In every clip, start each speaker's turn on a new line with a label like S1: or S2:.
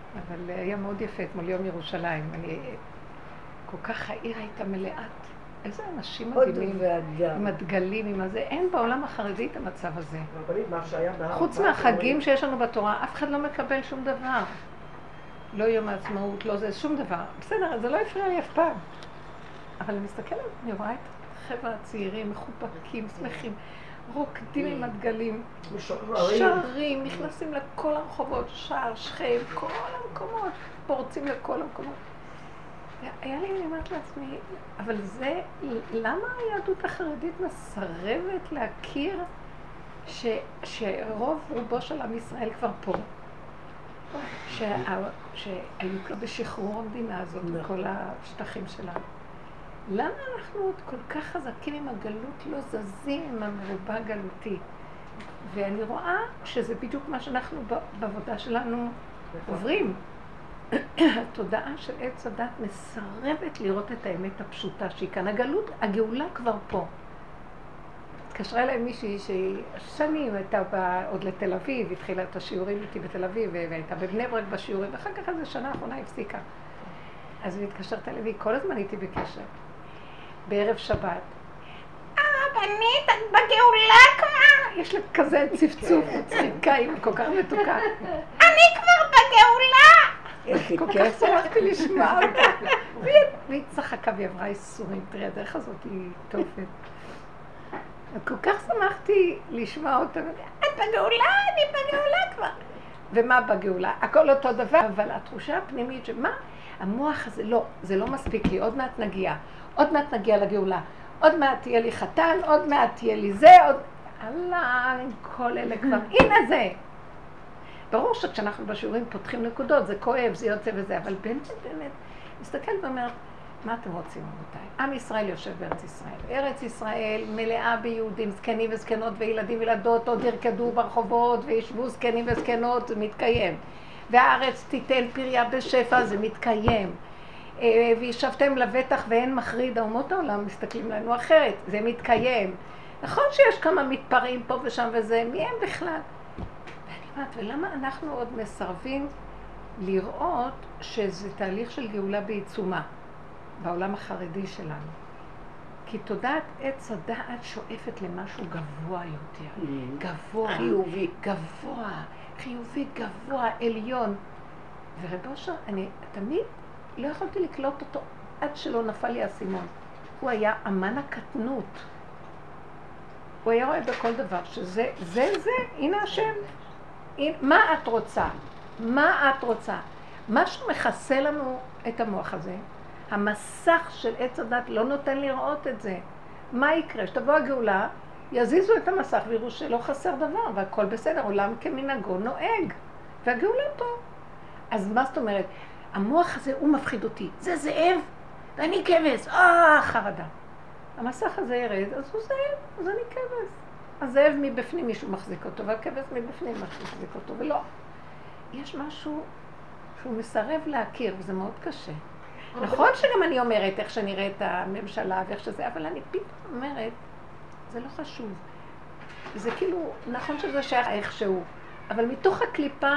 S1: אבל היה מאוד יפה אתמול יום ירושלים. כל כך העיר הייתה מלאת. איזה אנשים מדהימים, עם הדגלים, עם הזה. אין בעולם החרדי את המצב הזה. חוץ מהחגים שיש לנו בתורה, אף אחד לא מקבל שום דבר. לא יום העצמאות, לא זה, שום דבר. בסדר, זה לא הפריע לי אף פעם. אבל אני מסתכלת, אני רואה את החבר'ה הצעירים, מחובקים, שמחים, רוקדים עם הדגלים, שרים, נכנסים לכל הרחובות, שער, שכם, כל המקומות, פורצים לכל המקומות. היה לי, אני אומרת לעצמי, אבל זה, למה היהדות החרדית מסרבת להכיר שרוב רובו של עם ישראל כבר פה? שהיו כבר בשחרור המדינה הזאת, כל השטחים שלנו. למה אנחנו עוד כל כך חזקים עם הגלות, לא זזים עם המרובה הגלותי? ואני רואה שזה בדיוק מה שאנחנו בעבודה שלנו עוברים. התודעה של עץ הדת מסרבת לראות את האמת הפשוטה שהיא כאן. הגאולה כבר פה. התקשרה אליי מישהי ששנים הייתה עוד לתל אביב, התחילה את השיעורים איתי בתל אביב, והייתה בבני ברק בשיעורים, ואחר כך איזה שנה האחרונה הפסיקה. אז היא התקשרת אליי, כל הזמן איתי בקשר. בערב שבת. בנית, את בגאולה כבר? יש לה כזה צפצוף, צחיקה, היא כל כך מתוקה. אני כבר בגאולה! כל כך שמחתי לשמוע אותה. והיא צחקה והיא עברה איסורים. תראי, הדרך הזאת היא תופת. כל כך שמחתי לשמוע אותה. את בגאולה? אני בגאולה כבר. ומה בגאולה? הכל אותו דבר, אבל התחושה הפנימית שמה? המוח הזה, לא, זה לא מספיק לי, עוד מעט נגיע. עוד מעט נגיע לגאולה. עוד מעט תהיה לי חתן, עוד מעט תהיה לי זה, עוד... אללה, כל אלה כבר, הנה זה. ברור שכשאנחנו בשיעורים פותחים נקודות, זה כואב, זה יוצא וזה, אבל באמת, מסתכל ואומר, מה אתם רוצים, רבותיי? עם ישראל יושב בארץ ישראל. ארץ ישראל מלאה ביהודים, זקנים וזקנות וילדים וילדות, עוד ירקדו ברחובות וישבו זקנים וזקנות, זה מתקיים. והארץ תיתן פריה בשפע, זה מתקיים. וישבתם לבטח ואין מחריד, האומות העולם מסתכלים לנו אחרת, זה מתקיים. נכון שיש כמה מתפרעים פה ושם וזה, מי הם בכלל? ואני אומרת, ולמה אנחנו עוד מסרבים לראות שזה תהליך של גאולה בעיצומה, בעולם החרדי שלנו? כי תודעת עץ הדעת שואפת למשהו גבוה יותר, גבוה, חיובי, גבוה, חיובי, גבוה, עליון. ורב אושר, אני תמיד לא יכולתי לקלוט אותו עד שלא נפל לי האסימון. הוא היה אמן הקטנות. הוא היה רואה בכל דבר שזה, הנה השם. מה את רוצה? מה את רוצה? משהו מכסה לנו את המוח הזה. המסך של עץ הדת לא נותן לראות את זה. מה יקרה? שתבוא הגאולה, יזיזו את המסך ויראו שלא חסר דבר, והכל בסדר, עולם כמנהגו נוהג. והגאולה פה. אז מה זאת אומרת? המוח הזה הוא מפחיד אותי. זה זאב, ואני כבש. חרדה. המסך הזה ירד, אז הוא זאב, אז אני כבש. הזאב מבפנים מישהו מחזיק אותו, והכבש מבפנים מחזיק אותו, ולא. יש משהו שהוא מסרב להכיר, וזה מאוד קשה. נכון שגם אני אומרת איך שנראה את הממשלה ואיך שזה, אבל אני פתאום אומרת, זה לא חשוב. זה כאילו, נכון שזה שייך איכשהו, אבל מתוך הקליפה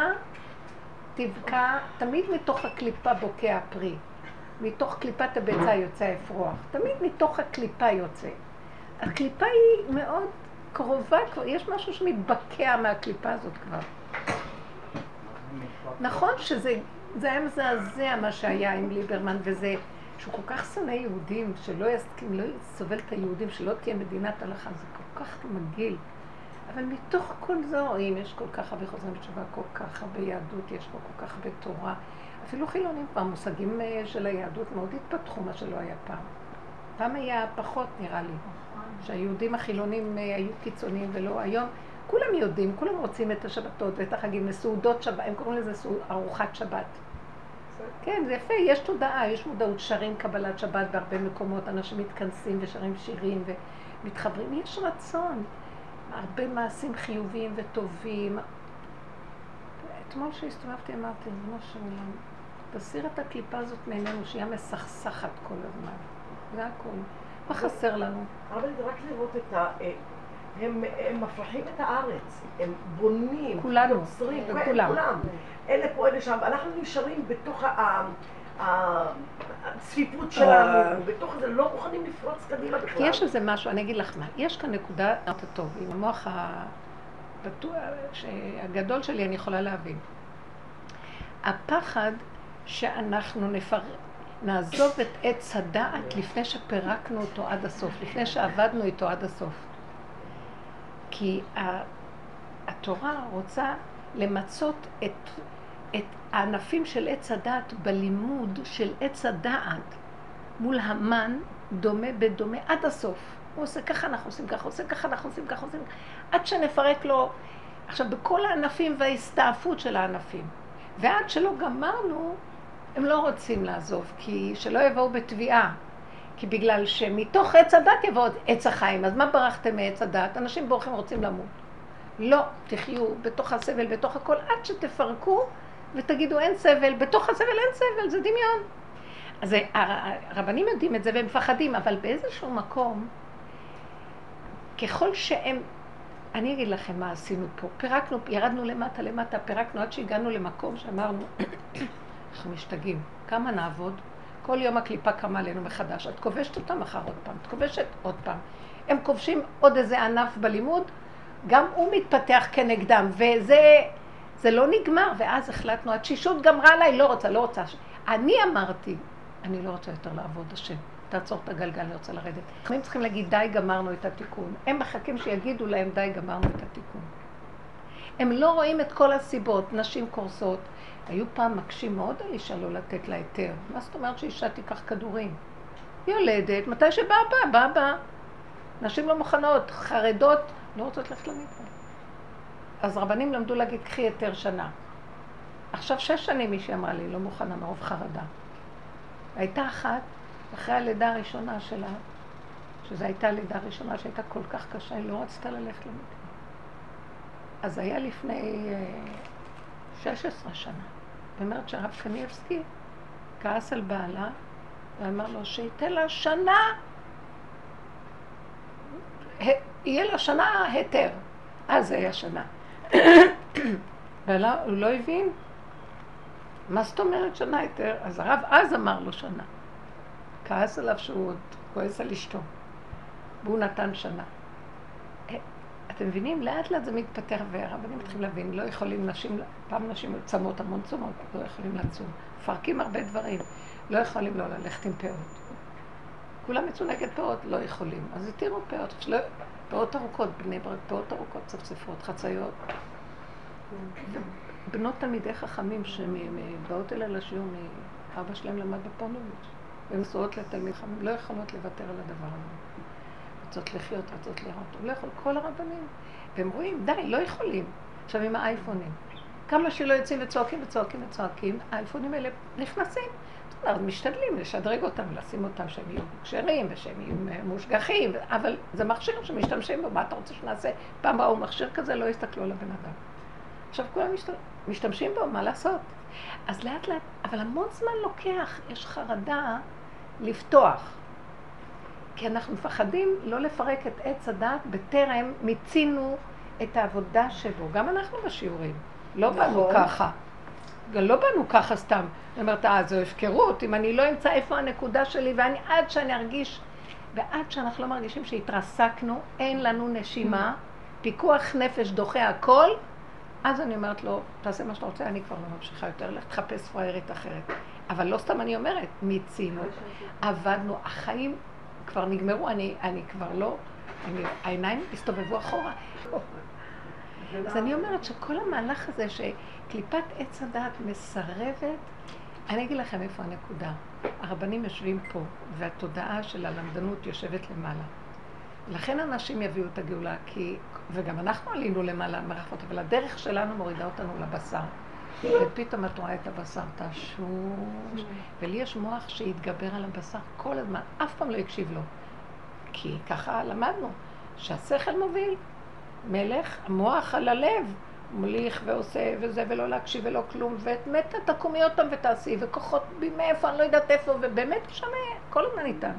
S1: תבקע, תמיד מתוך הקליפה בוקע הפרי. מתוך קליפת הביצה יוצא האפרוח. תמיד מתוך הקליפה יוצא. הקליפה היא מאוד קרובה, יש משהו שמתבקע מהקליפה הזאת כבר. נכון שזה היה מזעזע מה שהיה עם ליברמן וזה, שהוא כל כך שונא יהודים, שלא יסכים, לא יסובל את היהודים, שלא תהיה מדינת הלכה, זה כל כך מגעיל. אבל מתוך כל זה רואים, יש כל כך הרבה חוזרים בתשובה, כל כך הרבה יהדות, יש פה כל כך הרבה תורה. אפילו חילונים פעם, מושגים של היהדות מאוד התפתחו מה שלא היה פעם. פעם היה פחות נראה לי, שהיהודים החילונים היו קיצוניים ולא היום. כולם יודעים, כולם רוצים את השבתות ואת החגים, לסעודות שבת, הם קוראים לזה ארוחת שבת. כן, זה יפה, יש תודעה, יש מודעות, שרים קבלת שבת בהרבה מקומות, אנשים מתכנסים ושרים שירים ומתחברים, יש רצון. הרבה מעשים חיוביים וטובים. אתמול שהסתובבתי אמרתי, ריבונו של עולם, תסיר את הקליפה הזאת מעינינו שהיא מסכסכת כל הזמן. זה הכל. מה חסר לנו?
S2: אבל זה רק לראות את הם מפרחים את הארץ, הם בונים,
S1: כולנו,
S2: יוצרים,
S1: כולם.
S2: אלה פה, אלה לשם, אנחנו נשארים בתוך הצפיפות שלנו, בתוך זה לא מוכנים לפרוץ קדימה בכלל.
S1: יש איזה משהו, אני אגיד לך מה, יש כאן נקודה טוב, עם המוח הגדול שלי אני יכולה להבין. הפחד שאנחנו נעזוב את עץ הדעת לפני שפרקנו אותו עד הסוף, לפני שעבדנו איתו עד הסוף. כי התורה רוצה למצות את הענפים של עץ הדעת בלימוד של עץ הדעת מול המן דומה בדומה עד הסוף. הוא עושה ככה, אנחנו עושים ככה, עושה ככה, אנחנו עושים ככה, עושים ככה, עד שנפרק לו. עכשיו, בכל הענפים וההסתעפות של הענפים. ועד שלא גמרנו, הם לא רוצים לעזוב, כי שלא יבואו בתביעה. כי בגלל שמתוך עץ הדת יבוא עץ החיים, אז מה ברחתם מעץ הדת? אנשים בורחים רוצים למות. לא, תחיו בתוך הסבל, בתוך הכל, עד שתפרקו ותגידו אין סבל, בתוך הסבל אין סבל, זה דמיון. אז הרבנים יודעים את זה והם מפחדים, אבל באיזשהו מקום, ככל שהם, אני אגיד לכם מה עשינו פה, פירקנו, ירדנו למטה, פירקנו עד שהגענו למקום שאמרנו, אנחנו משתגעים, כמה נעבוד? כל יום הקליפה קמה עלינו מחדש, את כובשת אותם אחר עוד פעם, את כובשת עוד פעם. הם כובשים עוד איזה ענף בלימוד, גם הוא מתפתח כנגדם, וזה לא נגמר, ואז החלטנו, התשישות גמרה עליי, לא רוצה. אני אמרתי, אני לא רוצה יותר לעבוד השם, תעצור את הגלגל, אני רוצה לרדת. הם צריכים להגיד, די, גמרנו את התיקון. הם מחכים שיגידו להם, די, גמרנו את התיקון. הם לא רואים את כל הסיבות, נשים קורסות. היו פעם מקשים מאוד על אישה לא לתת לה היתר. מה זאת אומרת שאישה תיקח כדורים? יולדת, מתי שבא. נשים לא מוכנות, חרדות, לא רוצות ללכת למקווה. אז רבנים למדו להגיד, קחי היתר שנה. עכשיו 6 שנים מישהי אמרה לי, לא מוכנה מרוב חרדה. הייתה אחת, אחרי הלידה הראשונה שלה, שזו הייתה הלידה הראשונה שהייתה כל כך קשה, היא לא רצתה ללכת למקווה. אז היה לפני 16 שנה. היא אומרת שהרב קניאבסקי כעס על בעלה, ואמר לו שייתן לה שנה, יהיה לה שנה היתר. אז זה היה שנה. בעלה, הוא לא הבין. מה זאת אומרת שנה היתר? אז הרב אז אמר לו שנה. כעס עליו שהוא עוד כועס על אשתו. והוא נתן שנה. אתם מבינים? לאט לאט זה מתפתח והרבנים מתחילים להבין, לא יכולים נשים, פעם נשים צמות, המון צומות, לא יכולים לצום. מפרקים הרבה דברים, לא יכולים לא ללכת עם פאות. כולם יצאו נגד פאות, לא יכולים. אז התירו פאות, פאות ארוכות, בני ברק, פאות ארוכות, צפצפות, חציות. בנות תלמידי חכמים שבאות אלה לשיעור מאבא שלהם למד בפרנוביץ'. והן נשואות לתלמיד חכמים, לא יכולות לוותר על הדבר הזה. רוצות לחיות, רוצות לראות, הוא לא יכול, כל הרבנים. והם רואים, די, לא יכולים. עכשיו עם האייפונים. כמה שלא יוצאים וצועקים, האייפונים האלה נכנסים. זאת אומרת, משתדלים לשדרג אותם, לשים אותם שהם יהיו כשרים ושהם יהיו מושגחים, אבל זה מכשיר שמשתמשים בו, מה אתה רוצה שנעשה? פעם ראו מכשיר כזה, לא יסתכלו על הבן אדם. עכשיו כולם משתמשים בו, מה לעשות? אז לאט לאט, אבל המון זמן לוקח, יש חרדה לפתוח. כי אנחנו מפחדים לא לפרק את עץ הדת בטרם מיצינו את העבודה שבו. גם אנחנו בשיעורים. לא באנו ככה. גם לא באנו ככה סתם. אני אומרת, זו הפקרות. אם אני לא אמצא איפה הנקודה שלי, עד שאני ארגיש, ועד שאנחנו לא מרגישים שהתרסקנו, אין לנו נשימה, פיקוח נפש דוחה הכל, אז אני אומרת לו, תעשה מה שאתה רוצה, אני כבר לא ממשיכה יותר, לך תחפש פריירית אחרת. אבל לא סתם אני אומרת, מיצינו, עבדנו, החיים כבר נגמרו, אני כבר לא, העיניים הסתובבו אחורה. אז אני אומרת שכל המהלך הזה שקליפת עץ הדעת מסרבת, אני אגיד לכם איפה הנקודה. הרבנים יושבים פה, והתודעה של הלמדנות יושבת למעלה. לכן אנשים יביאו את הגאולה, וגם אנחנו עלינו למעלה מרחבות, אבל הדרך שלנו מורידה אותנו לבשר. ופתאום את רואה את הבשר תשוש, ולי יש מוח שיתגבר על הבשר כל הזמן, אף פעם לא יקשיב לו. כי ככה למדנו, שהשכל מוביל, מלך, המוח על הלב, מוליך ועושה וזה, ולא להקשיב ולא כלום, ואת מתה תקומי אותם ותעשי, וכוחות מאיפה, אני לא יודעת איפה, ובאמת שם כל הזמן איתנו.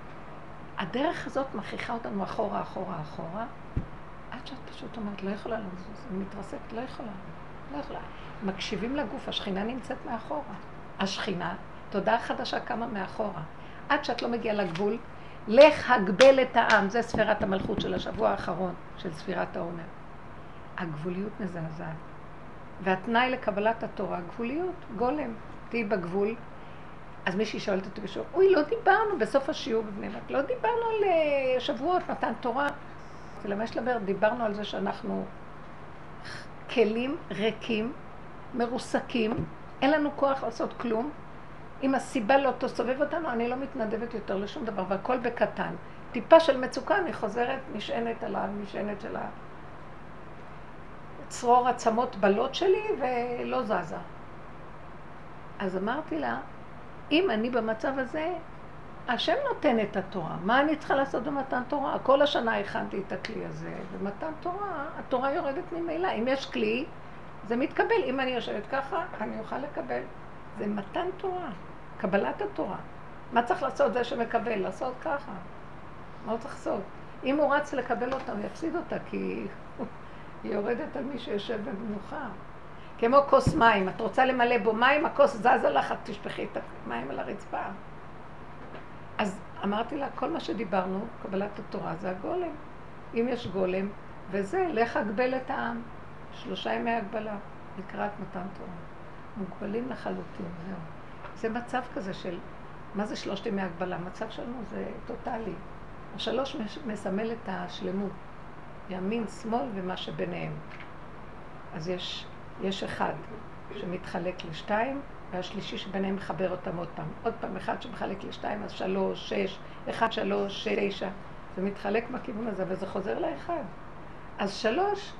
S1: הדרך הזאת מכריחה אותנו אחורה, עד שאת פשוט אומרת, לא יכולה לזוז, היא מתרסקת, לא יכולה. מקשיבים לגוף, השכינה נמצאת מאחורה. השכינה, תודעה חדשה קמה מאחורה. עד שאת לא מגיעה לגבול, לך הגבל את העם. זה ספירת המלכות של השבוע האחרון, של ספירת העומר. הגבוליות מזעזעת. והתנאי לקבלת התורה, גבוליות, גולם. תהי בגבול. אז מישהי שואלת אותי בשביל, אוי, לא דיברנו בסוף השיעור בבני ברק, לא דיברנו על שבועות, מתן תורה. ולמה יש לדבר? דיברנו על זה שאנחנו כלים ריקים, מרוסקים, אין לנו כוח לעשות כלום. אם הסיבה לא תסובב אותנו, אני לא מתנדבת יותר לשום דבר, והכל בקטן. טיפה של מצוקה, אני חוזרת, נשענת על המשענת של צרור עצמות בלוט שלי, ולא זזה. אז אמרתי לה, אם אני במצב הזה, השם נותן את התורה. מה אני צריכה לעשות במתן תורה? כל השנה הכנתי את הכלי הזה, במתן תורה, התורה יורדת ממילא. אם יש כלי, זה מתקבל. אם אני יושבת ככה, אני אוכל לקבל. זה מתן תורה, קבלת התורה. מה צריך לעשות זה שמקבל? לעשות ככה. מה הוא צריך לעשות? אם הוא רץ לקבל אותה, הוא יפסיד אותה, כי היא יורדת על מי שיושב במנוחה. כמו כוס מים, את רוצה למלא בו מים, הכוס זזה לך, את תשפכי את המים על הרצפה. אז אמרתי לה, כל מה שדיברנו, קבלת התורה, זה הגולם. אם יש גולם, וזה, לך הגבל את העם. 3 ימי הגבלה, לקראת מתן תורה. מוגבלים לחלוטין, זהו. זה מצב כזה של, מה זה 3 ימי הגבלה? מצב שלנו זה טוטלי. 3 מסמל את השלמות. ימין, שמאל ומה שביניהם. אז יש אחד שמתחלק ל2, והשלישי שביניהם מחבר אותם עוד פעם אחד שמחלק ל2, אז 3, 6, 1, 3, 9. זה מתחלק בכיוון הזה, וזה חוזר ל1. אז 3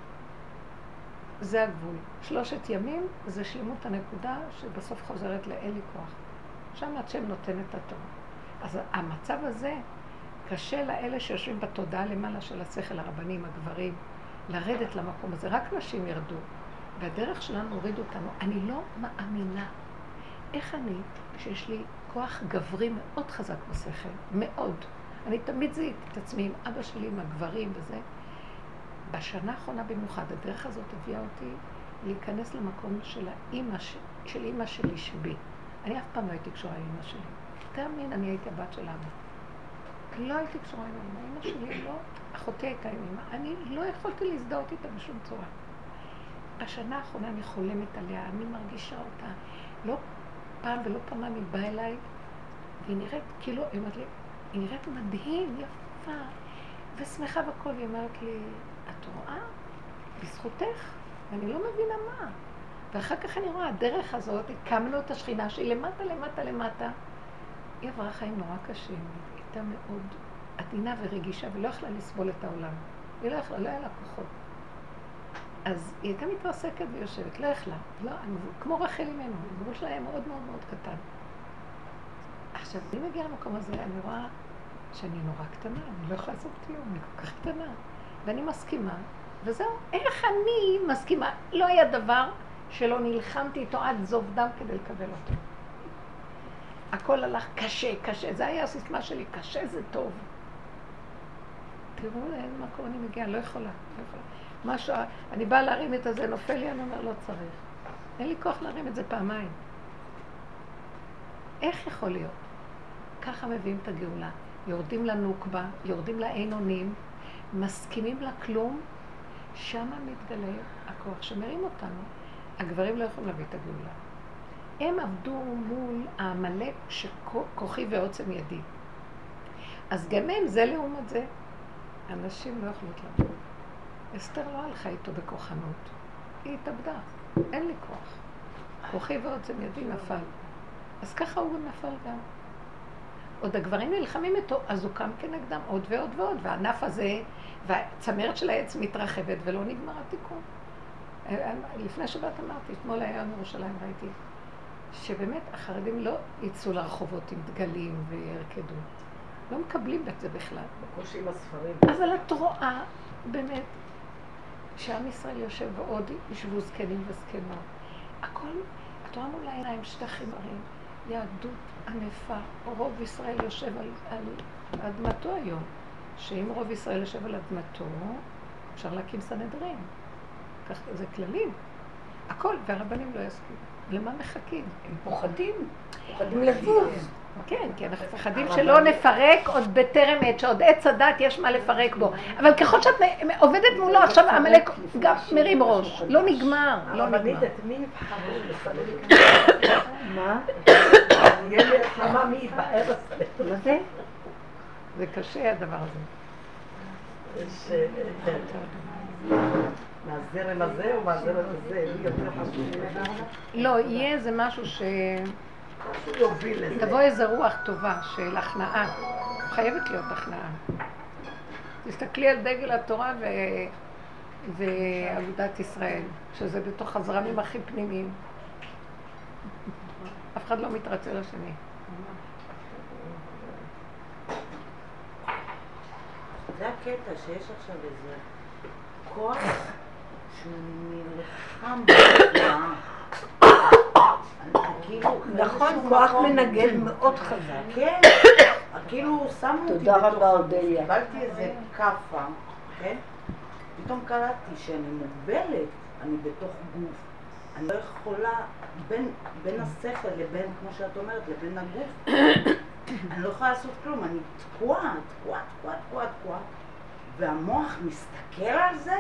S1: זה הגבול. 3 ימים זה שלמות הנקודה שבסוף חוזרת לאין לי כוח. שם השם נותן את התורה. אז המצב הזה קשה לאלה שיושבים בתודעה למעלה של השכל, הרבנים, הגברים, לרדת למקום הזה. רק נשים ירדו. והדרך שלנו הוריד אותנו. אני לא מאמינה. איך אני, שיש לי כוח גברי מאוד חזק בשכל, מאוד. אני תמיד זיהיתי את עצמי עם אבא שלי, עם הגברים וזה. בשנה האחרונה במיוחד, הדרך הזאת הביאה אותי להיכנס למקום של אמא שלי שבי. אני אף פעם לא הייתי קשורה עם אמא שלי. תאמין, אני הייתי הבת של אבא. לא הייתי קשורה עם אמא. אמא שלי לא, אחותי הייתה עם אמא. אני לא יכולתי להזדהות איתה בשום צורה. בשנה האחרונה אני חולמת עליה, אני מרגישה אותה. לא פעם ולא פעם היא באה אליי, והיא נראית כאילו, היא אומרת לי, היא נראית מדהים, יפה, ושמחה בכל, והיא אומרת לי, את רואה? בזכותך, ואני לא מבינה מה. ואחר כך אני רואה, הדרך הזאת, הקמנו את השכינה שהיא למטה, למטה, למטה. היא עברה חיים נורא קשים, היא הייתה מאוד עדינה ורגישה, ולא יכלה לסבול את העולם. היא לא יכלה, לא היה לה כוחות. אז היא הייתה מתרסקת ויושבת, לא יכלה, לא, כמו רחל אימנו, הגבול שלה היה מאוד מאוד מאוד קטן. עכשיו, אני מגיעה למקום הזה, אני רואה שאני נורא קטנה, אני לא יכולה לעשות כלום, אני כל כך קטנה. ואני מסכימה, וזהו, איך אני מסכימה? לא היה דבר שלא נלחמתי איתו עד זוב דם כדי לקבל אותו. הכל הלך קשה, קשה, זה היה הסיסמה שלי, קשה זה טוב. תראו לאיזה מקום אני מגיעה, לא יכולה, לא יכולה. משהו, אני באה להרים את הזה, נופל לי, אני אומר, לא צריך. אין לי כוח להרים את זה פעמיים. איך יכול להיות? ככה מביאים את הגאולה. יורדים לנוקבה, יורדים לאין אונים, מסכימים לכלום, שמה מתגלה הכוח שמרים אותנו. הגברים לא יכולים להביא את הגאולה. הם עבדו מול העמלק שכוחי ועוצם ידי. אז גם הם, זה לעומת זה, אנשים לא יכולים לעבוד. אסתר לא הלכה איתו בכוחנות. היא התאבדה. אין לי כוח. כוחי ועוצם ידי נפל. אז ככה הוא גם נפל גם. עוד הגברים נלחמים איתו, אז הוא קם כנגדם עוד ועוד ועוד. והענף הזה, והצמרת של העץ מתרחבת ולא נגמר התיקון. לפני שבת אמרתי, אתמול היה מירושלים, ראיתי שבאמת החרדים לא יצאו לרחובות עם דגלים וירקדו. לא מקבלים את זה בכלל.
S2: בקושי עם הספרים.
S1: אבל את רואה באמת שעם ישראל יושב ועוד ישבו זקנים וזקנות. הכל, את רואה מול העיניים שטחים ערים, יהדות ענפה, רוב ישראל יושב על אדמתו היום. שאם רוב ישראל יושב על אדמתו, אפשר להקים סנהדרין. כך זה כללים. הכל, והרבנים לא יסכימו. למה מחכים?
S3: הם פוחדים לזוז.
S1: כן, כי אנחנו מפחדים שלא נפרק עוד בטרם עת, שעוד עץ הדת יש מה לפרק בו. אבל ככל שאת עובדת מולו, עכשיו המלאק גם מרים ראש. לא נגמר, לא נגמר.
S2: את מי יבחרו לפרק?
S3: מה?
S2: יהיה מלחמה מי יבחר לסלם.
S3: מה זה?
S1: זה קשה הדבר הזה.
S2: מהזרם הזה או מהזרם הזה, מי יותר חשוב?
S1: לא, יהיה איזה משהו
S2: יוביל לזה.
S1: תבוא איזה רוח טובה של הכנעה. חייבת להיות הכנעה. תסתכלי על דגל התורה ואגודת ישראל, שזה בתוך הזרמים הכי פנימיים. אף אחד לא מתרצה לשני.
S4: זה הקטע שיש עכשיו איזה כוח שהוא נלחם בתנועה.
S3: נכון, כוח מנגד מאוד חזק.
S4: כן, כאילו שמו אותי
S3: תודה רבה, אודליה.
S4: קיבלתי איזה כאפה, כן? פתאום קלטתי שאני מוגבלת, אני בתוך גוף. אני לא יכולה, בין השכל לבין, כמו שאת אומרת, לבין הגוף, אני לא יכולה לעשות כלום, אני תקועה, והמוח מסתכל על זה,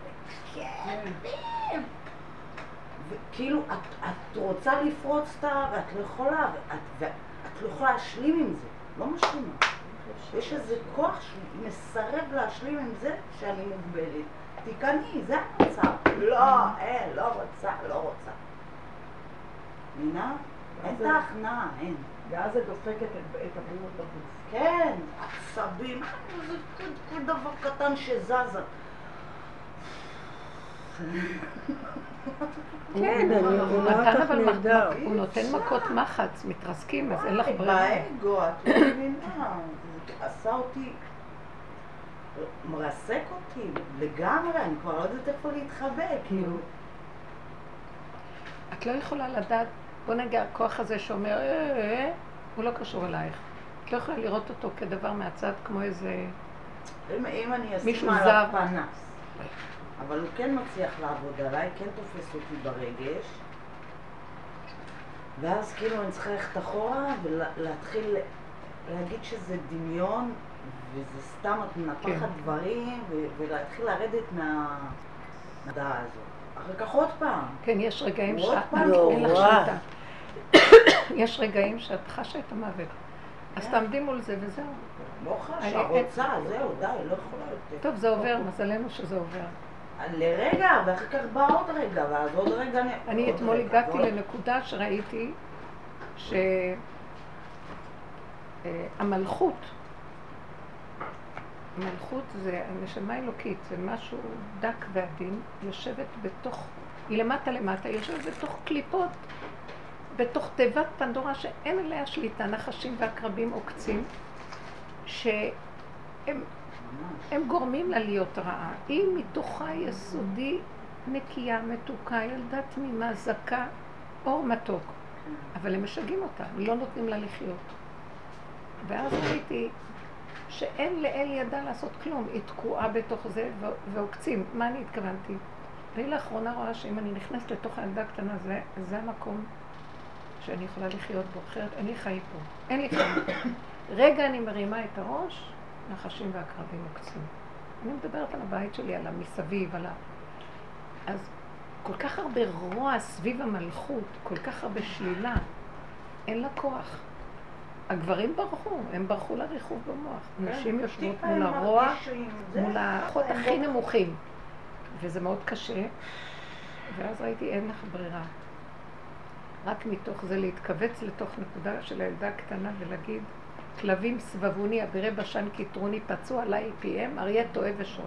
S4: וכאילו, את רוצה לפרוץ את ואת לא יכולה, ואת לא יכולה להשלים עם זה, לא משלימה. יש איזה כוח שמסרב להשלים עם זה שאני מוגבלת. תיכני, זה המצב. לא, אין, לא רוצה. מבינה? אין את ההכנעה, אין.
S2: ואז זה דופקת את הבריאות בגוף.
S4: כן, עצבים, זה כל דבר קטן שזזה.
S3: כן, אני רואה אותך נהדר.
S1: הוא נותן מכות מחץ, מתרסקים, אז אין לך ברירה.
S4: באגו, את לא מבינה, זה עשה אותי, מרסק אותי לגמרי, אני כבר לא יודעת איפה להתחבא, כאילו.
S1: את לא יכולה לדעת, בוא נגיד, הכוח הזה שאומר, הוא לא קשור אלייך. את לא יכולה לראות אותו כדבר מהצד כמו איזה
S4: אם אני
S1: מישהו
S4: אשים
S1: זר.
S4: עליו פנס, אבל הוא כן מצליח לעבוד עליי, כן תופס אותי ברגש, ואז כאילו אני צריכה ללכת אחורה ולהתחיל להגיד שזה דמיון וזה סתם את מנפחת דברים ולהתחיל לרדת מהדעה הזאת. אחר כך עוד פעם.
S1: כן, יש רגעים
S4: עוד
S1: שאת
S4: פעם,
S1: אין לך
S3: נורא.
S1: שליטה. יש רגעים שאת חשה את המוות. אז תעמדי מול זה וזהו.
S4: לא חשה, רוצה, זהו, די, לא יכולה יותר.
S1: טוב, זה עובר, מזלנו שזה עובר.
S4: לרגע, ואחר כך בא עוד רגע, ואז עוד רגע...
S1: אני אתמול הגעתי לנקודה שראיתי שהמלכות, המלכות זה הנשמה אלוקית, זה משהו דק ועדין, יושבת בתוך, היא למטה, היא יושבת בתוך קליפות, בתוך תיבת פנדורה שאין עליה שליטה, נחשים ועקרבים עוקצים, שהם גורמים לה להיות רעה. היא מתוכה יסודי, נקייה, מתוקה, ילדה תמימה, זכה, אור מתוק. אבל הם משגעים אותה, לא נותנים לה לחיות. ואז ראיתי שאין לאל ידה לעשות כלום, היא תקועה בתוך זה ועוקצים. מה אני התכוונתי? והיא לאחרונה רואה שאם אני נכנסת לתוך הילדה הקטנה, זה המקום שאני יכולה לחיות בו, אחרת אין לי חיים פה, אין לי חיים פה. רגע אני מרימה את הראש, נחשים ועקרבים עוקצים. אני מדברת על הבית שלי, על המסביב, על ה... אז כל כך הרבה רוע סביב המלכות, כל כך הרבה שלילה, אין לה כוח. הגברים ברחו, הם ברחו לריחוב במוח. נשים יושבות מול הרוע, מול האחות הכי נמוכים. וזה מאוד קשה, ואז ראיתי אין לך ברירה. רק מתוך זה להתכווץ לתוך נקודה של הילדה הקטנה ולהגיד, כלבים סבבוני, אבירי בשן כתרוני, פצעו עליי פיהם, אריה טועה ושון.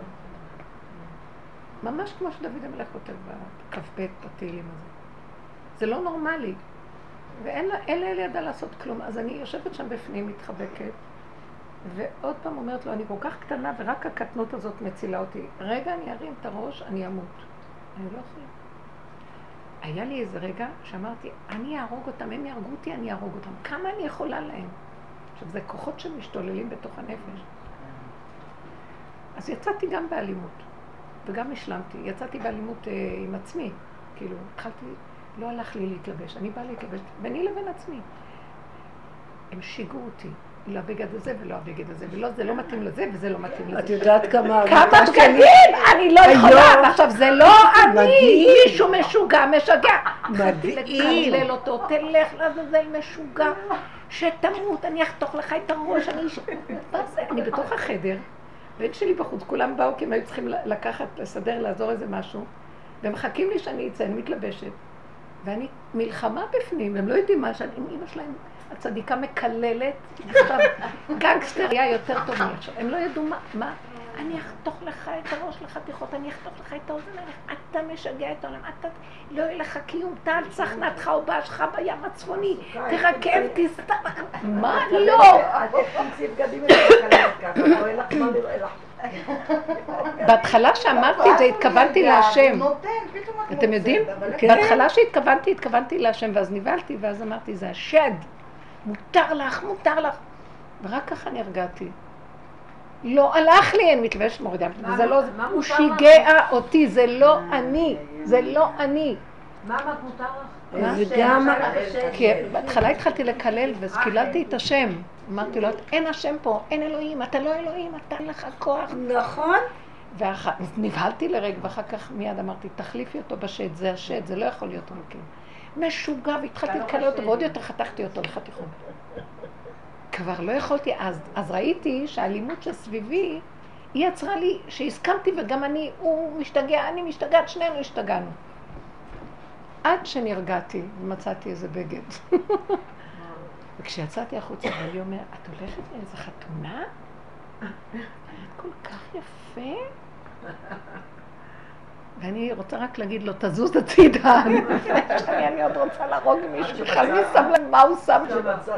S1: ממש כמו שדוד המלך כותב בכ"ב בתהילים הזה. זה לא נורמלי. ואין לה ידע לעשות כלום. אז אני יושבת שם בפנים, מתחבקת, ועוד פעם אומרת לו, אני כל כך קטנה, ורק הקטנות הזאת מצילה אותי. רגע אני ארים את הראש, אני אמות. אני לא יכולה. היה לי איזה רגע שאמרתי, אני אהרוג אותם, הם יהרגו אותי, אני אהרוג אותם. כמה אני יכולה להם? עכשיו, זה כוחות שמשתוללים בתוך הנפש. אז יצאתי גם באלימות, וגם השלמתי. יצאתי באלימות עם עצמי. כאילו, התחלתי, לא הלך לי להתלבש, אני באה להתלבש ביני לבין עצמי. הם שיגעו אותי, לא הבגד הזה ולא הבגד הזה, ולא, זה לא מתאים לזה וזה לא מתאים לזה.
S3: את יודעת כמה
S1: שקלים, אני לא יכולה, עכשיו זה לא אני, מישהו משוגע, משגע.
S3: מדהים.
S1: לקלל אותו, תלך לעזאזל משוגע, שתמות, אני אחתוך לך את הראש, מה זה? אני בתוך החדר, בן שלי בחוץ, כולם באו כי הם היו צריכים לקחת, לסדר, לעזור איזה משהו, והם מחכים לי שאני אצא, אני מתלבשת, ואני מלחמה בפנים, הם לא יודעים מה, שאני עם אמא שלהם, הצדיקה מקללת, עכשיו גנגסטר היה יותר טוב לי עכשיו, הם לא ידעו מה, אני אחתוך לך את הראש לחתיכות, אני אחתוך לך את האוזן, אתה משגע את העולם, אתה לא יהיה לך קיום, תעל צחנתך או באשך בים הצפוני, תרקב, תסתר, מה לא?
S2: את תמציא בגדים ומקללת ככה, לא יהיה לך מה לראה לך.
S1: בהתחלה שאמרתי את זה, התכוונתי להשם. אתם יודעים? בהתחלה התכוונתי להשם, ואז נבלתי, ואז אמרתי, זה השד. מותר לך. ורק ככה נרגעתי. לא הלך לי, אין מתלבש מורידה. הוא שיגע אותי, זה לא אני.
S2: מה מותר לך?
S3: זה גם...
S1: כי בהתחלה התחלתי לקלל וקיללתי את השם. אמרתי לו, אין השם פה, אין אלוהים, אתה לא אלוהים, אתה אין לך כוח.
S3: נכון.
S1: נבהלתי לרגע, ואחר כך מיד אמרתי, תחליפי אותו בשד, זה השד, זה לא יכול להיות אלוקים. משוגע, והתחלתי לקלל אותו, ועוד יותר חתכתי אותו לחתיכות. כבר לא יכולתי אז ראיתי שהאלימות שסביבי, היא יצרה לי שהסכמתי וגם הוא משתגע, אני משתגעת, שנינו השתגענו. עד שנרגעתי ומצאתי איזה בגד. וכשיצאתי החוצה, ואלי אומר, את הולכת לאיזה חתונה? את כל כך יפה? ואני רוצה רק להגיד לו, תזוז הצידה. אני עוד רוצה להרוג מישהו, בכלל מי שם להם מה הוא שם?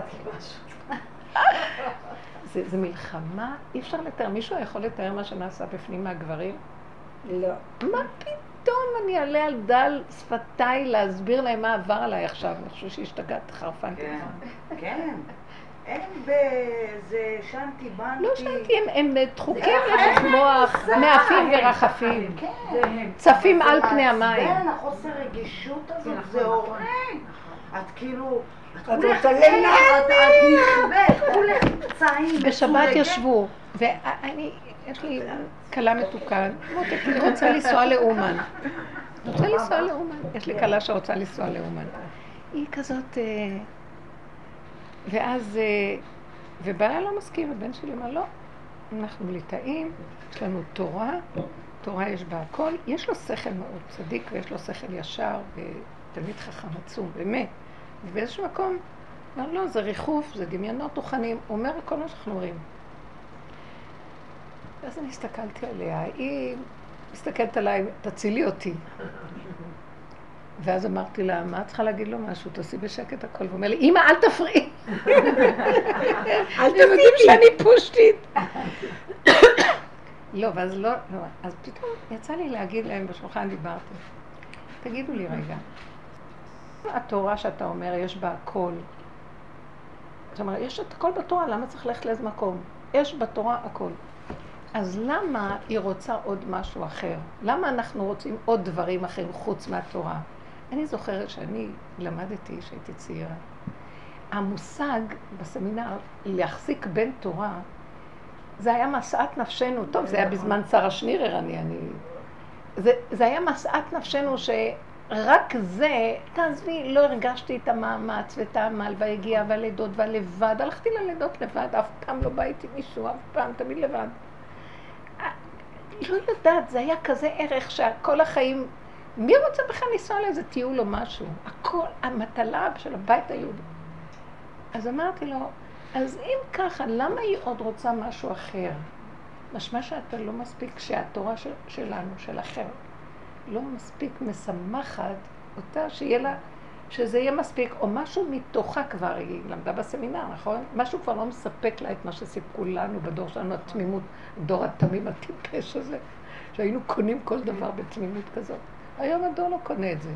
S1: זה מלחמה, אי אפשר לתאר. מישהו יכול לתאר מה שנעשה בפנים מהגברים?
S3: לא.
S1: מה פתאום אני אעלה על דל שפתיי להסביר להם מה עבר עליי עכשיו? אני חושב שהשתגעת, חרפנתי.
S4: כן. אין בזה שנתי, בנתי.
S1: לא שנתי, הם דחוקים לתוך מוח, מעפים ורחפים. צפים על פני המים.
S4: כן, החוסר רגישות הזאת, זה הורג. את כאילו...
S3: את רוצה לילה?
S4: את נכבד, כולך פצעים.
S1: בשבת ישבו, ואני, יש לי קלה מתוקן, אני רוצה לנסוע לאומן. יש לי קלה שרוצה לנסוע לאומן. היא כזאת, ואז, ובעלה לא מסכים, הבן שלי אמר, לא, אנחנו ליטאים, יש לנו תורה, תורה יש בה הכל, יש לו שכל מאוד צדיק, ויש לו שכל ישר, ותלמיד חכם עצום, באמת. ובאיזשהו מקום, אמר, לא, זה ריחוף, זה דמיונות רוחניים, הוא אומר כל מה שאנחנו אומרים. ואז אני הסתכלתי עליה, היא מסתכלת עליי, תצילי אותי. ואז אמרתי לה, מה צריכה להגיד לו משהו? תעשי בשקט הכל. והוא אומר לי, אמא, אל תפריעי. אל תפריעי שאני פושטית. לא, ואז לא, אז פתאום יצא לי להגיד להם, בשולחן דיברתי. תגידו לי רגע, התורה שאתה אומר, יש בה הכל. זאת אומרת, יש את הכל בתורה, למה צריך ללכת לאיזה מקום? יש בתורה הכל. אז למה היא רוצה עוד משהו אחר? למה אנחנו רוצים עוד דברים אחרים חוץ מהתורה? אני זוכרת שאני למדתי שהייתי צעירה. המושג בסמינר להחזיק בין תורה, זה היה משאת נפשנו. טוב, זה היה בזמן שרה שנירר, זה היה משאת נפשנו שרק זה, תעזבי, לא הרגשתי את המאמץ ואת העמל והגיעה והלידות והלבד. הלכתי ללידות לבד, אף פעם לא באיתי מישהו, אף פעם, תמיד לבד. לא יודעת, זה היה כזה ערך שכל החיים, מי רוצה בכלל לנסוע לאיזה טיול או משהו? הכל, המטלה של הבית היהודי. אז אמרתי לו, אז אם ככה, למה היא עוד רוצה משהו אחר? משמע שאתה לא מספיק שהתורה שלנו, שלכם, לא מספיק משמחת אותה, שיהיה לה, שזה יהיה מספיק, או משהו מתוכה כבר, היא למדה בסמינר, נכון? משהו כבר לא מספק לה את מה שסיפקו לנו בדור שלנו, התמימות, דור התמים הטיפש הזה, שהיינו קונים כל דבר בתמימות כזאת. היום הדור לא קונה את זה.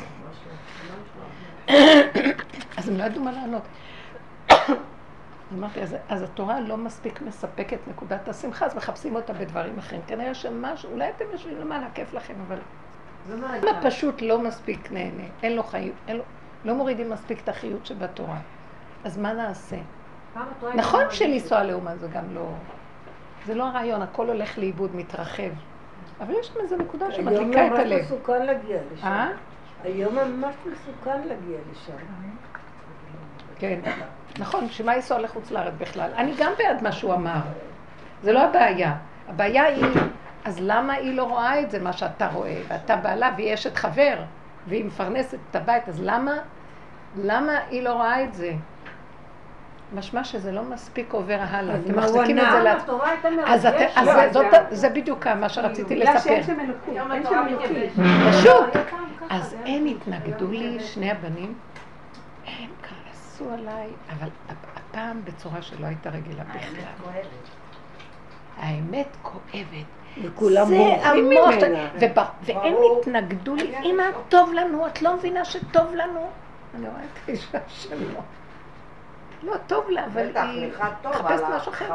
S1: אז הם לא ידעו מה לענות. אמרתי, אז התורה לא מספיק מספקת נקודת השמחה, אז מחפשים אותה בדברים אחרים. כנראה שמשהו, אולי אתם יושבים למעלה, כיף לכם, אבל למה פשוט לא מספיק נהנה, אין לו חיים, לא מורידים מספיק את החיות שבתורה. אז מה נעשה? נכון שלנסוע לאומה זה גם לא... זה לא הרעיון, הכל הולך לאיבוד, מתרחב. אבל יש שם איזו נקודה שמדליקה את הלב.
S3: היום ממש מסוכן להגיע לשם. היום ממש מסוכן להגיע לשם.
S1: כן, נכון, שמה ייסוע לחוץ לארץ בכלל? אני גם בעד מה שהוא אמר. זה לא הבעיה. הבעיה היא, אז למה היא לא רואה את זה, מה שאתה רואה? ואתה בעלה והיא אשת חבר, והיא מפרנסת את הבית, אז למה היא לא רואה את זה? משמע שזה לא מספיק עובר הלאה. אתם מחזיקים את זה לעצמם. אז זה בדיוק מה שרציתי לספר.
S5: אין שם אלוקות.
S1: פשוט. אז הם התנגדו לי, שני הבנים, הם כעסו עליי, אבל הפעם בצורה שלא הייתה רגילה בכלל. האמת כואבת.
S3: וכולם בורחים ממנה.
S1: והם התנגדו לי, אמא, טוב לנו, את לא מבינה שטוב לנו? אני רואה את האישה שלו. לא טוב לה, אבל היא מחפשת משהו אחר.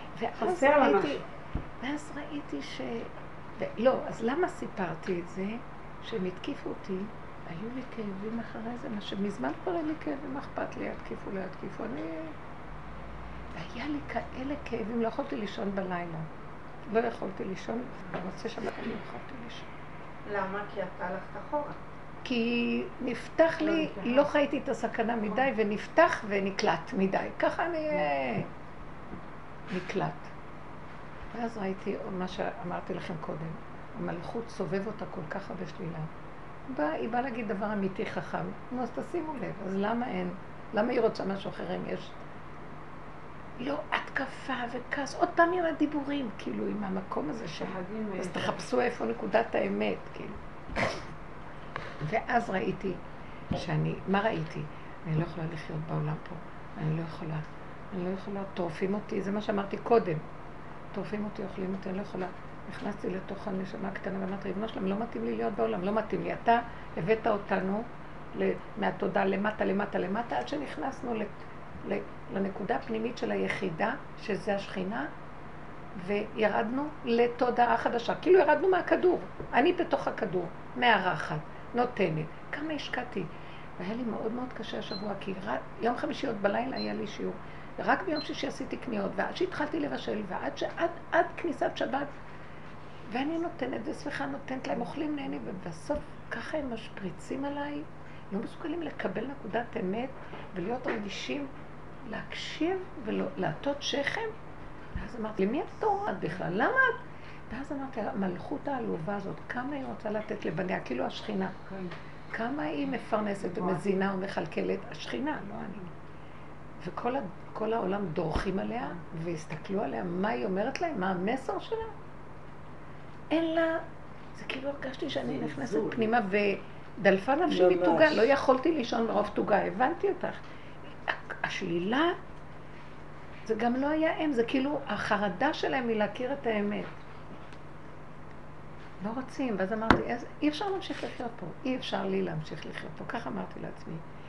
S1: ואז ראיתי ש... לא, אז למה סיפרתי את זה? שהם התקיפו אותי, היו לי כאבים אחרי זה, מה שמזמן כבר אין לי כאבים, מה אכפת לי, יתקיפו, לא יתקיפו. היה לי כאלה כאבים, לא יכולתי לישון בלילה. לא יכולתי לישון, במוצאי שבת אני יכולתי לישון.
S5: למה? כי אתה הלכת אחורה.
S1: כי נפתח לי, לא חייתי את הסכנה מדי, ונפתח ונקלט מדי. ככה אני נקלט. ואז ראיתי מה שאמרתי לכם קודם, המלכות סובב אותה כל כך הרבה שלילה. היא באה להגיד דבר אמיתי חכם. נו, אז תשימו לב, אז למה אין? למה היא רוצה משהו אחר אם יש? לא, התקפה וכעס, עוד פעם עם הדיבורים, כאילו, עם המקום הזה אז תחפשו איפה נקודת האמת, כאילו. ואז ראיתי מה ראיתי? אני לא יכולה לחיות בעולם פה, אני לא יכולה, טורפים אותי, זה מה שאמרתי קודם. טורפים אותי, אוכלים אותי, אני לא יכולה. נכנסתי לתוך הנשמה הקטנה ואמרתי, ריבונו שלם, לא מתאים לי להיות בעולם, לא מתאים לי. אתה הבאת אותנו מהתודעה למטה, עד שנכנסנו לנקודה הפנימית של היחידה, שזה השכינה, וירדנו לתודעה חדשה. כאילו ירדנו מהכדור. אני בתוך הכדור, מארחת, נותנת. כמה השקעתי. והיה לי מאוד מאוד קשה השבוע, כי יום חמישי עוד בלילה היה לי שיעור. ורק ביום שישי עשיתי קניות, ועד שהתחלתי לבשל, ועד כניסת שבת, ואני נותנת, וסליחה נותנת להם, אוכלים נהני, ובסוף ככה הם משפריצים עליי, לא מסוגלים לקבל נקודת אמת, ולהיות רגישים, להקשיב ולעטות שכם. ואז אמרתי, למי את תורדת בכלל? למה את? ואז אמרתי, המלכות העלובה הזאת, כמה היא רוצה לתת לבניה, כאילו השכינה. כמה היא מפרנסת ומזינה ומחלקלת, השכינה, לא אני. וכל העולם דורכים עליה, והסתכלו עליה, מה היא אומרת להם, מה המסר שלה? אין לה, זה כאילו הרגשתי שאני נכנסת פנימה ודלפה נפשי מתוגה, לא יכולתי לישון מרוב תוגה, הבנתי אותך. השלילה, זה גם לא היה הם, זה כאילו החרדה שלהם היא להכיר את האמת. לא רוצים, ואז אמרתי, אי אפשר להמשיך לחיות פה, אי אפשר לי להמשיך לחיות פה, כך אמרתי לעצמי.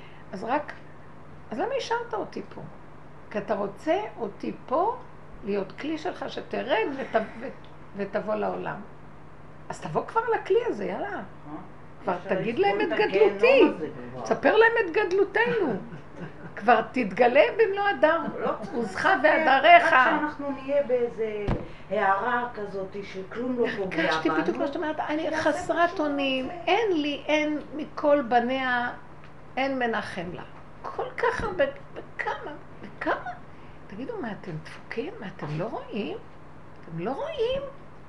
S1: אז למה השארת אותי פה? כי אתה רוצה אותי פה להיות כלי שלך שתרד ותבוא לעולם. אז תבוא כבר לכלי הזה, יאללה. כבר תגיד להם את גדלותי, תספר להם את גדלותנו. כבר תתגלה במלוא הדר, עוזך והדריך.
S4: רק שאנחנו נהיה באיזה הערה כזאת שכלום לא פוגע בנו.
S1: הרגשתי בדיוק מה שאת אומרת, אני חסרת אונים, אין מכל בניה, אין מנחם לה. כל כך הרבה, בכמה? תגידו, מה אתם דפוקים? מה אתם לא רואים? אתם לא רואים?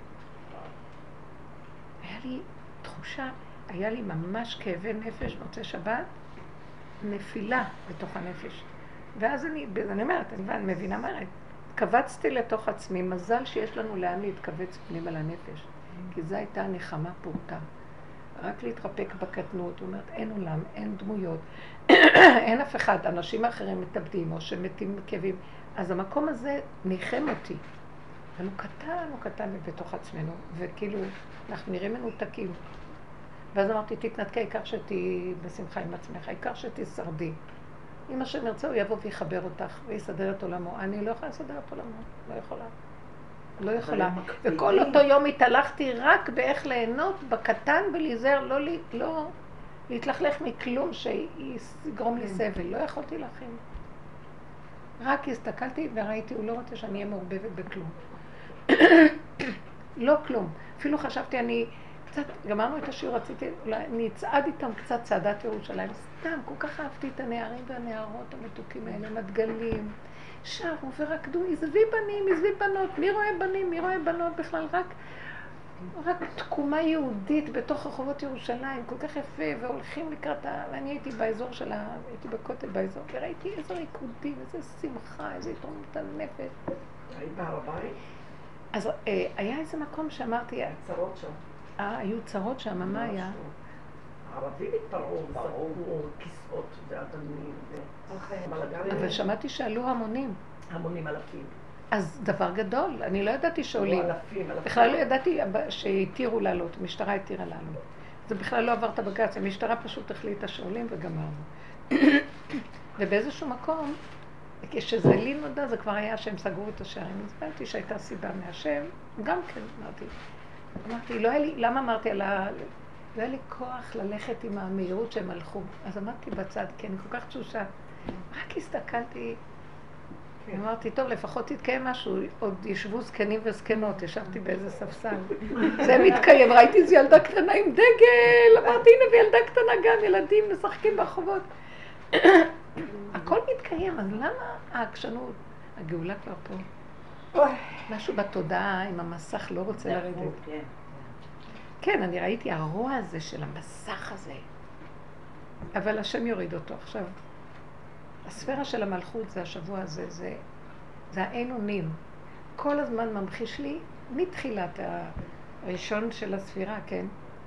S1: היה לי תחושה, היה לי ממש כאבי נפש במוצאי שבת, נפילה בתוך הנפש. ואז אני אומרת, אני מבינה מה אומרת. קבצתי לתוך עצמי, מזל שיש לנו לאן להתכווץ פנים על הנפש. כי זו הייתה נחמה פורטה. רק להתרפק בקטנות, הוא אומרת, אין עולם, אין דמויות, אין אף אחד, אנשים אחרים מתאבדים או שמתים כאבים. אז המקום הזה ניחם אותי. אבל הוא קטן בתוך עצמנו, וכאילו אנחנו נראים מנותקים. ואז אמרתי, תתנתקי, העיקר שתהי בשמחה עם עצמך, העיקר שתשרדי. אם השם ירצה, הוא יבוא ויחבר אותך ויסדר את עולמו. אני לא יכולה לסדר את עולמו, לא יכולה. לא יכולה. וכל אותו יום התהלכתי רק באיך ליהנות בקטן ולהיזהר, לא להתלכלך מכלום שיגרום לי סבל. לא יכולתי להכין. רק הסתכלתי וראיתי, הוא לא רוצה שאני אהיה מעורבבת בכלום. לא כלום. אפילו חשבתי, אני קצת, גמרנו את השיעור, רציתי, אולי אני אצעד איתם קצת צעדת ירושלים. סתם, כל כך אהבתי את הנערים והנערות המתוקים האלה, מדגלים. שרו ורקדו, עזבי בנים, עזבי בנות, מי רואה בנים, מי רואה בנות בכלל, רק תקומה יהודית בתוך רחובות ירושלים, כל כך יפה, והולכים לקראת ואני הייתי באזור הייתי בכותל באזור, וראיתי איזה ריקודים, איזה שמחה, איזה התרוממות הנפש.
S2: היית בהר הבית?
S1: אז היה איזה מקום שאמרתי...
S2: צרות שם.
S1: היו צרות שם, מה היה?
S2: הערבים התפרעו, זרקו כיסאות ואדמים ובלגנים.
S1: אבל שמעתי שעלו המונים.
S2: המונים אלפים.
S1: אז דבר גדול, אני לא ידעתי שעולים.
S2: אלפים.
S1: בכלל לא ידעתי שהתירו לעלות, המשטרה התירה לעלות. זה בכלל לא עבר את הבג"ץ, המשטרה פשוט החליטה שעולים וגמרנו. ובאיזשהו מקום, כשזה לי נודע, זה כבר היה שהם סגרו את השערים. אז באתי שהייתה סיבה מהשם, גם כן אמרתי, לא היה לי, למה אמרתי לא היה לי כוח ללכת עם המהירות שהם הלכו. אז אמרתי בצד, כי אני כל כך תשושה. רק הסתכלתי, אמרתי, טוב, לפחות תתקיים משהו, עוד ישבו זקנים וזקנות, ישבתי באיזה ספסל. זה מתקיים, ראיתי איזו ילדה קטנה עם דגל, אמרתי, הנה וילדה קטנה גם, ילדים משחקים ברחובות. הכל מתקיים, אז למה העקשנות? הגאולה כבר פה. משהו בתודעה עם המסך לא רוצה לרדת. כן, אני ראיתי הרוע הזה של המסך הזה. אבל השם יוריד אותו. עכשיו, הספירה של המלכות זה השבוע הזה, זה האין אונים. כל הזמן ממחיש לי, מתחילת הראשון של הספירה, כן?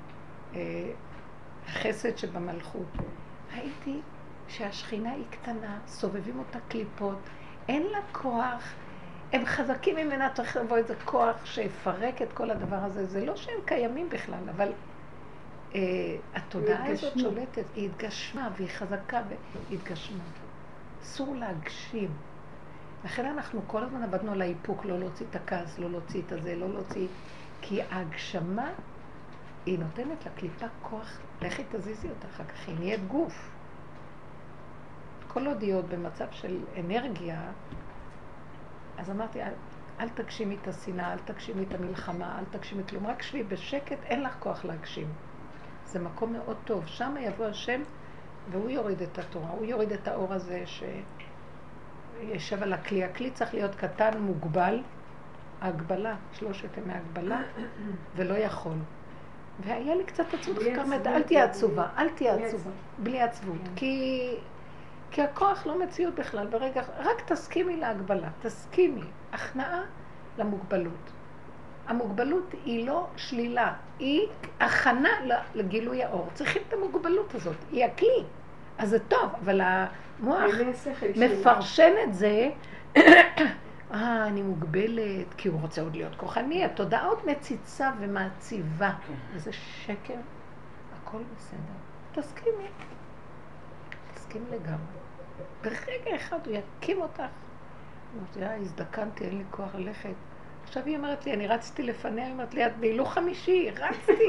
S1: החסד שבמלכות. ראיתי שהשכינה היא קטנה, סובבים אותה קליפות, אין לה כוח, הם חזקים ממנה, צריך לבוא איזה כוח שיפרק את כל הדבר הזה. זה לא שהם קיימים בכלל, אבל התודעה הזאת שולטת, היא התגשמה והיא חזקה והתגשמה. אסור להגשים. לכן אנחנו כל הזמן עבדנו על האיפוק, לא להוציא את הכעס, לא להוציא את הזה, לא להוציא... כי ההגשמה היא נותנת לקליפה כוח, לכי תזיזי אותה אחר כך, היא נהיית גוף. כל עוד היא עוד במצב של אנרגיה, אז אמרתי, אל תגשימי את השנאה, אל תגשימי את המלחמה, אל תגשימי כלום, רק שבי בשקט, אין לך כוח להגשים. זה מקום מאוד טוב, שם יבוא השם והוא יוריד את התורה, הוא יוריד את האור הזה שישב על הכלי. הכלי צריך להיות קטן, מוגבל, ההגבלה, 3 ימי הגבלה, ולא יכול. והיה לי קצת עצבות, כרמית, אל תהיה עצובה, אל תהיה עצובה, בלי עצבות, כי הכוח לא מציאות בכלל, ברגע, רק תסכימי להגבלה, תסכימי, הכנעה למוגבלות. המוגבלות היא לא שלילה, היא הכנה לגילוי האור. צריכים את המוגבלות הזאת, היא הכלי. אז זה טוב, אבל המוח מפרשן את זה, אני מוגבלת, כי הוא רוצה עוד להיות כוחני. התודעה עוד מציצה ומעציבה. וזה שקר, הכל בסדר. תסכימי. תסכימי לגמרי. ברגע אחד הוא יקים אותך. אמרתי, הזדקנתי, אין לי כוח ללכת. עכשיו היא אומרת לי, אני רצתי לפניה, היא אומרת לי, את בהילוך 5, רצתי.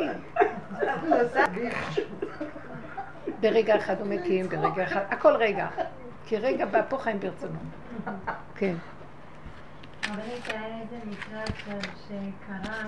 S1: ברגע אחד הוא מתים, ברגע אחד, הכל רגע. כי רגע בא פה חיים ברצונו. כן.
S5: אבל היה איזה מקרה עכשיו שקרה,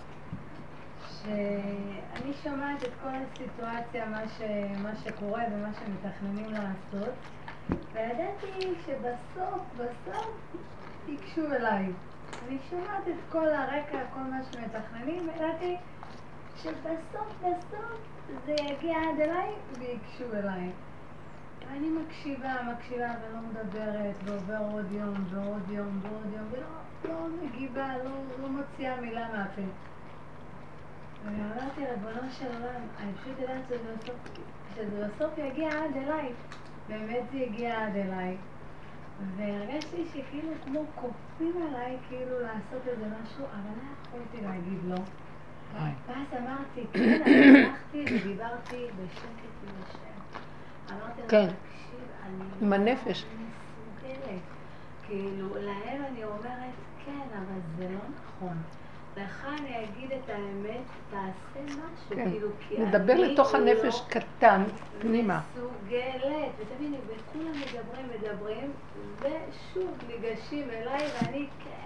S5: שאני שומעת את כל הסיטואציה, מה שקורה ומה שמתכננים לעשות, וידעתי שבסוף ייגשו אליי. אני שומעת את כל הרקע, כל מה שמתכננים, וידעתי שבסוף זה יגיע עד אליי וייגשו אליי. ואני מקשיבה ולא מדברת, ועובר עוד יום ועוד יום ועוד יום, ולא מגיבה, לא מוציאה מילה מהפה. ואמרתי, ריבונו של עולם, אני פשוט יודעת שזה בסוף יגיע עד אליי. באמת זה הגיע עד אליי. והרגשתי שכאילו כמו כופים עליי, כאילו לעשות איזה משהו, אבל לא יכולתי להגיד לא. ואז אמרתי, כן, אני הלכתי ודיברתי בשקט עם השם. אמרתי, תקשיב, אני
S1: עם הנפש.
S5: מסוגלת. כאילו, להם אני אומרת, כן, אבל זה לא נכון. לך אני אגיד את האמת, תעשה משהו,
S1: כן.
S5: כאילו, כי
S1: נדבר
S5: אני
S1: לתוך הנפש
S5: לא
S1: קטן, פנימה.
S5: מסוגלת, ותביני, וכולם מדברים, ושוב ניגשים אליי, ואני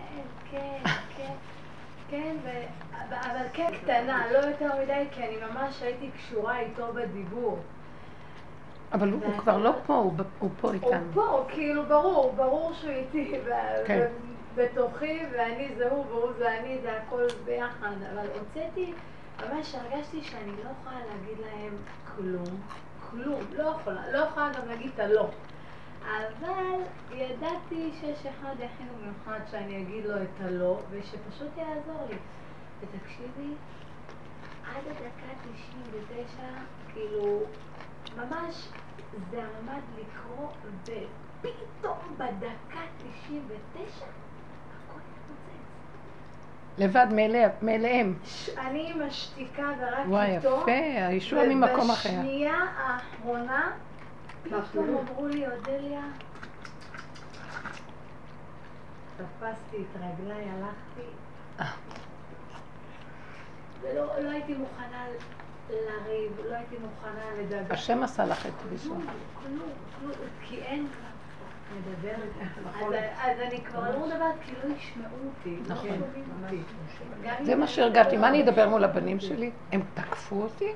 S5: כן, אבל כן קטנה, לא יותר מדי, כי אני ממש הייתי קשורה איתו בדיבור.
S1: אבל הוא כבר לא פה, הוא פה איתנו.
S5: הוא פה, כאילו ברור שהוא איתי בתוכי, ואני זה הוא והוא זה אני, זה הכל ביחד, אבל הוצאתי, ממש הרגשתי שאני לא יכולה להגיד להם כלום, לא יכולה גם להגיד את הלא. אבל ידעתי שיש אחד יכין במיוחד שאני אגיד לו את הלא, ושפשוט יעזור לי. ותקשיבי, עד הדקה 99, כאילו, ממש זה עמד לקרוא, ופתאום בדקה 99, הכל התפוצץ.
S1: לבד מאליהם.
S5: אני משתיקה ורק
S1: וואי,
S5: איתו.
S1: יפה, הישוע ממקום אחר.
S5: ובשנייה האחרונה, פתאום אמרו לי, אודליה, תפסתי את רגליי, הלכתי, ולא הייתי מוכנה לריב, לא הייתי מוכנה לדבר.
S1: השם עשה לך את בישוע.
S5: כלום, כי אין כבר מדברת. אז אני כבר לא מדברת, כי לא ישמעו אותי.
S1: נכון.
S5: גם
S1: זה
S5: אם
S1: מה שהרגעתי. מה אני אדבר מול הבנים שלי? הם תקפו אותי?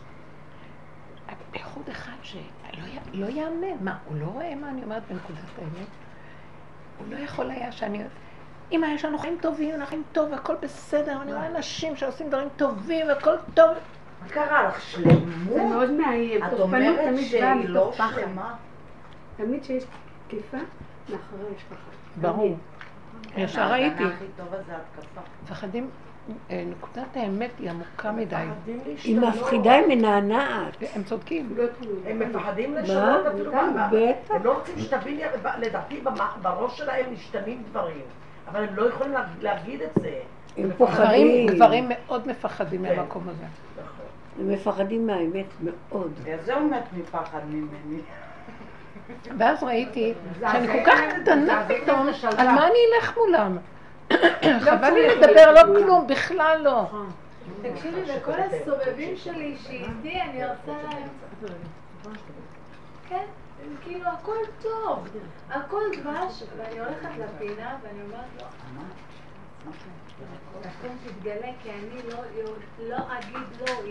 S1: איחוד אחד שלא יאמן. מה, הוא לא רואה מה אני אומרת בנקודת האמת? הוא לא יכול היה שאני... אמא, יש לנו חיים טובים, אנחנו חיים טוב, הכל בסדר, אני רואה אנשים שעושים דברים טובים, הכל טוב.
S4: מה קרה לך? שלמות?
S3: זה מאוד מאיים.
S4: את
S3: תוקפנות
S4: אומרת
S3: תמיד באה
S4: שהיא לא
S3: מתוך פחד.
S4: שלמה?
S3: תמיד שיש תקיפה, מאחורי יש פחד.
S1: ברור. ישר ראיתי.
S4: ההגנה הכי טובה זה התקפה.
S1: מפחדים, נקודת האמת היא עמוקה מדי.
S3: היא מפחידה, היא מנענעת.
S1: הם צודקים.
S2: הם מפחדים לשנות אפילו,
S3: בטח.
S2: הם לא רוצים שתביני, לדעתי בראש שלהם משתנים דברים, אבל הם לא יכולים להגיד את זה.
S3: הם פוחדים.
S1: גברים מאוד מפחדים
S2: כן.
S1: מהמקום הזה.
S2: נכון.
S3: הם מפחדים מהאמת מאוד.
S4: זה הוא מת מפחד ממני.
S1: ואז ראיתי שאני כל כך קטנה פתאום, על מה אני אלך מולם? חבל לי לדבר, לא כלום, בכלל לא.
S5: תקשיבי, וכל הסובבים שלי שאיתי, אני עושה להם... כן, כאילו הכל טוב, הכל דבש, ואני הולכת לפינה ואני אומרת לו, תקום תתגלה, כי אני לא אגיד לא,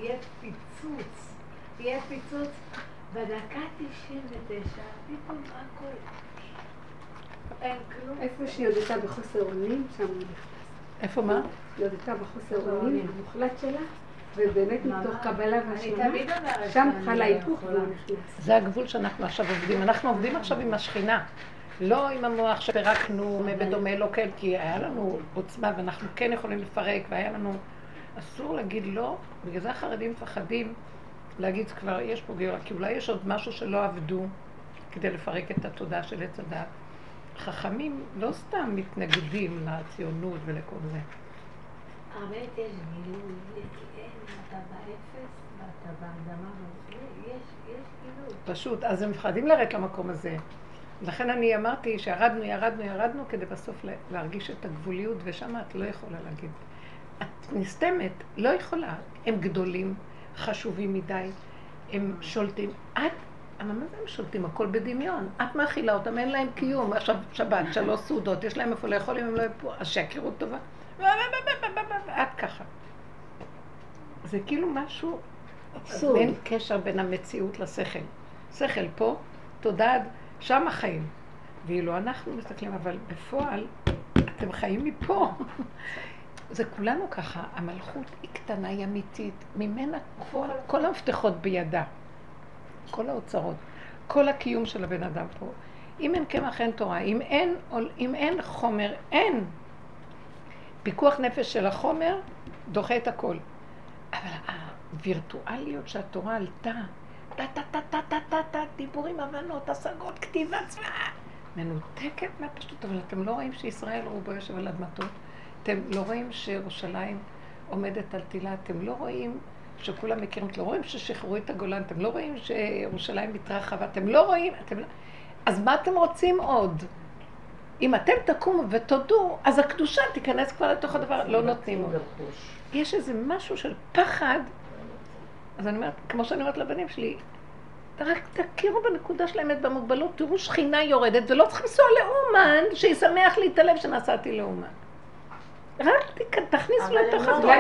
S5: יהיה פיצוץ. בדקה 99, פתאום הכל... אין כלום.
S3: איפה שהיא הודתה בחוסר אונים, שם הוא נכנס.
S1: איפה מה?
S3: היא הודתה בחוסר אונים, המוחלט שלה, ובאמת מתוך קבלה והשלמה,
S5: אני תמיד אומרת
S3: שם
S5: שאני
S3: חל
S5: לא
S3: ההיפוך
S5: יכולה.
S3: והוא נכנס.
S1: זה הגבול שאנחנו עכשיו עובדים. אנחנו עובדים עכשיו עם השכינה. לא עם המוח שפרקנו בדומה לא כן, כי היה לנו עוצמה ואנחנו כן יכולים לפרק, והיה לנו... אסור להגיד לא, בגלל זה החרדים מפחדים להגיד כבר יש פה גאולה, כי אולי יש עוד משהו שלא עבדו כדי לפרק את התודעה של עץ הדעת. חכמים לא סתם מתנגדים לציונות ולכל זה.
S5: האמת יש גילוי, אתה באפס ואתה באדמה, יש גילוי.
S1: פשוט, אז הם מפחדים לרדת למקום הזה. לכן אני אמרתי שירדנו כדי בסוף להרגיש את הגבוליות, ושם את לא יכולה להגיד. את נסתמת, לא יכולה. הם גדולים, חשובים מדי, הם שולטים. מה זה הם שולטים? הכל בדמיון. את מאכילה אותם, אין להם קיום. עכשיו שבת, 3 סעודות, יש להם איפה לאכול אם הם לא יפו, אז שיכירו טובה. את ככה. זה כאילו משהו, אין קשר בין המציאות לשכל. שכל פה, תודעה, שם החיים. ואילו אנחנו מסתכלים, אבל בפועל, אתם חיים מפה. זה כולנו ככה, המלכות היא קטנה, היא אמיתית, ממנה כל המפתחות בידה, כל האוצרות, כל הקיום של הבן אדם פה. אם אין קמח אין תורה, אם אין חומר, אין. פיקוח נפש של החומר דוחה את הכל. אבל הווירטואליות שהתורה עלתה, דיבורים, הבנות, השגות, כתיבה, צבעה, מנותקת מהפשטות, אבל אתם לא רואים שישראל רובו יושב על אדמתו, אתם לא רואים שירושלים עומדת על תילה, אתם לא רואים שכולם מכירים, אתם לא רואים ששחררו את הגולן, אתם לא רואים שירושלים מתרחבה, אתם לא רואים, אז מה אתם רוצים עוד? אם אתם תקומו ותודו, אז הקדושה תיכנס כבר לתוך הדבר, לא נותנים עוד. יש איזה משהו של פחד, אז אני אומרת, כמו שאני אומרת לבנים שלי, רק תכירו בנקודה של האמת במוגבלות, תראו שכינה יורדת, ולא צריך לנסוע לאומן, שישמח להתעלם שנסעתי לאומן. רק תכניסו לתוך הדבר.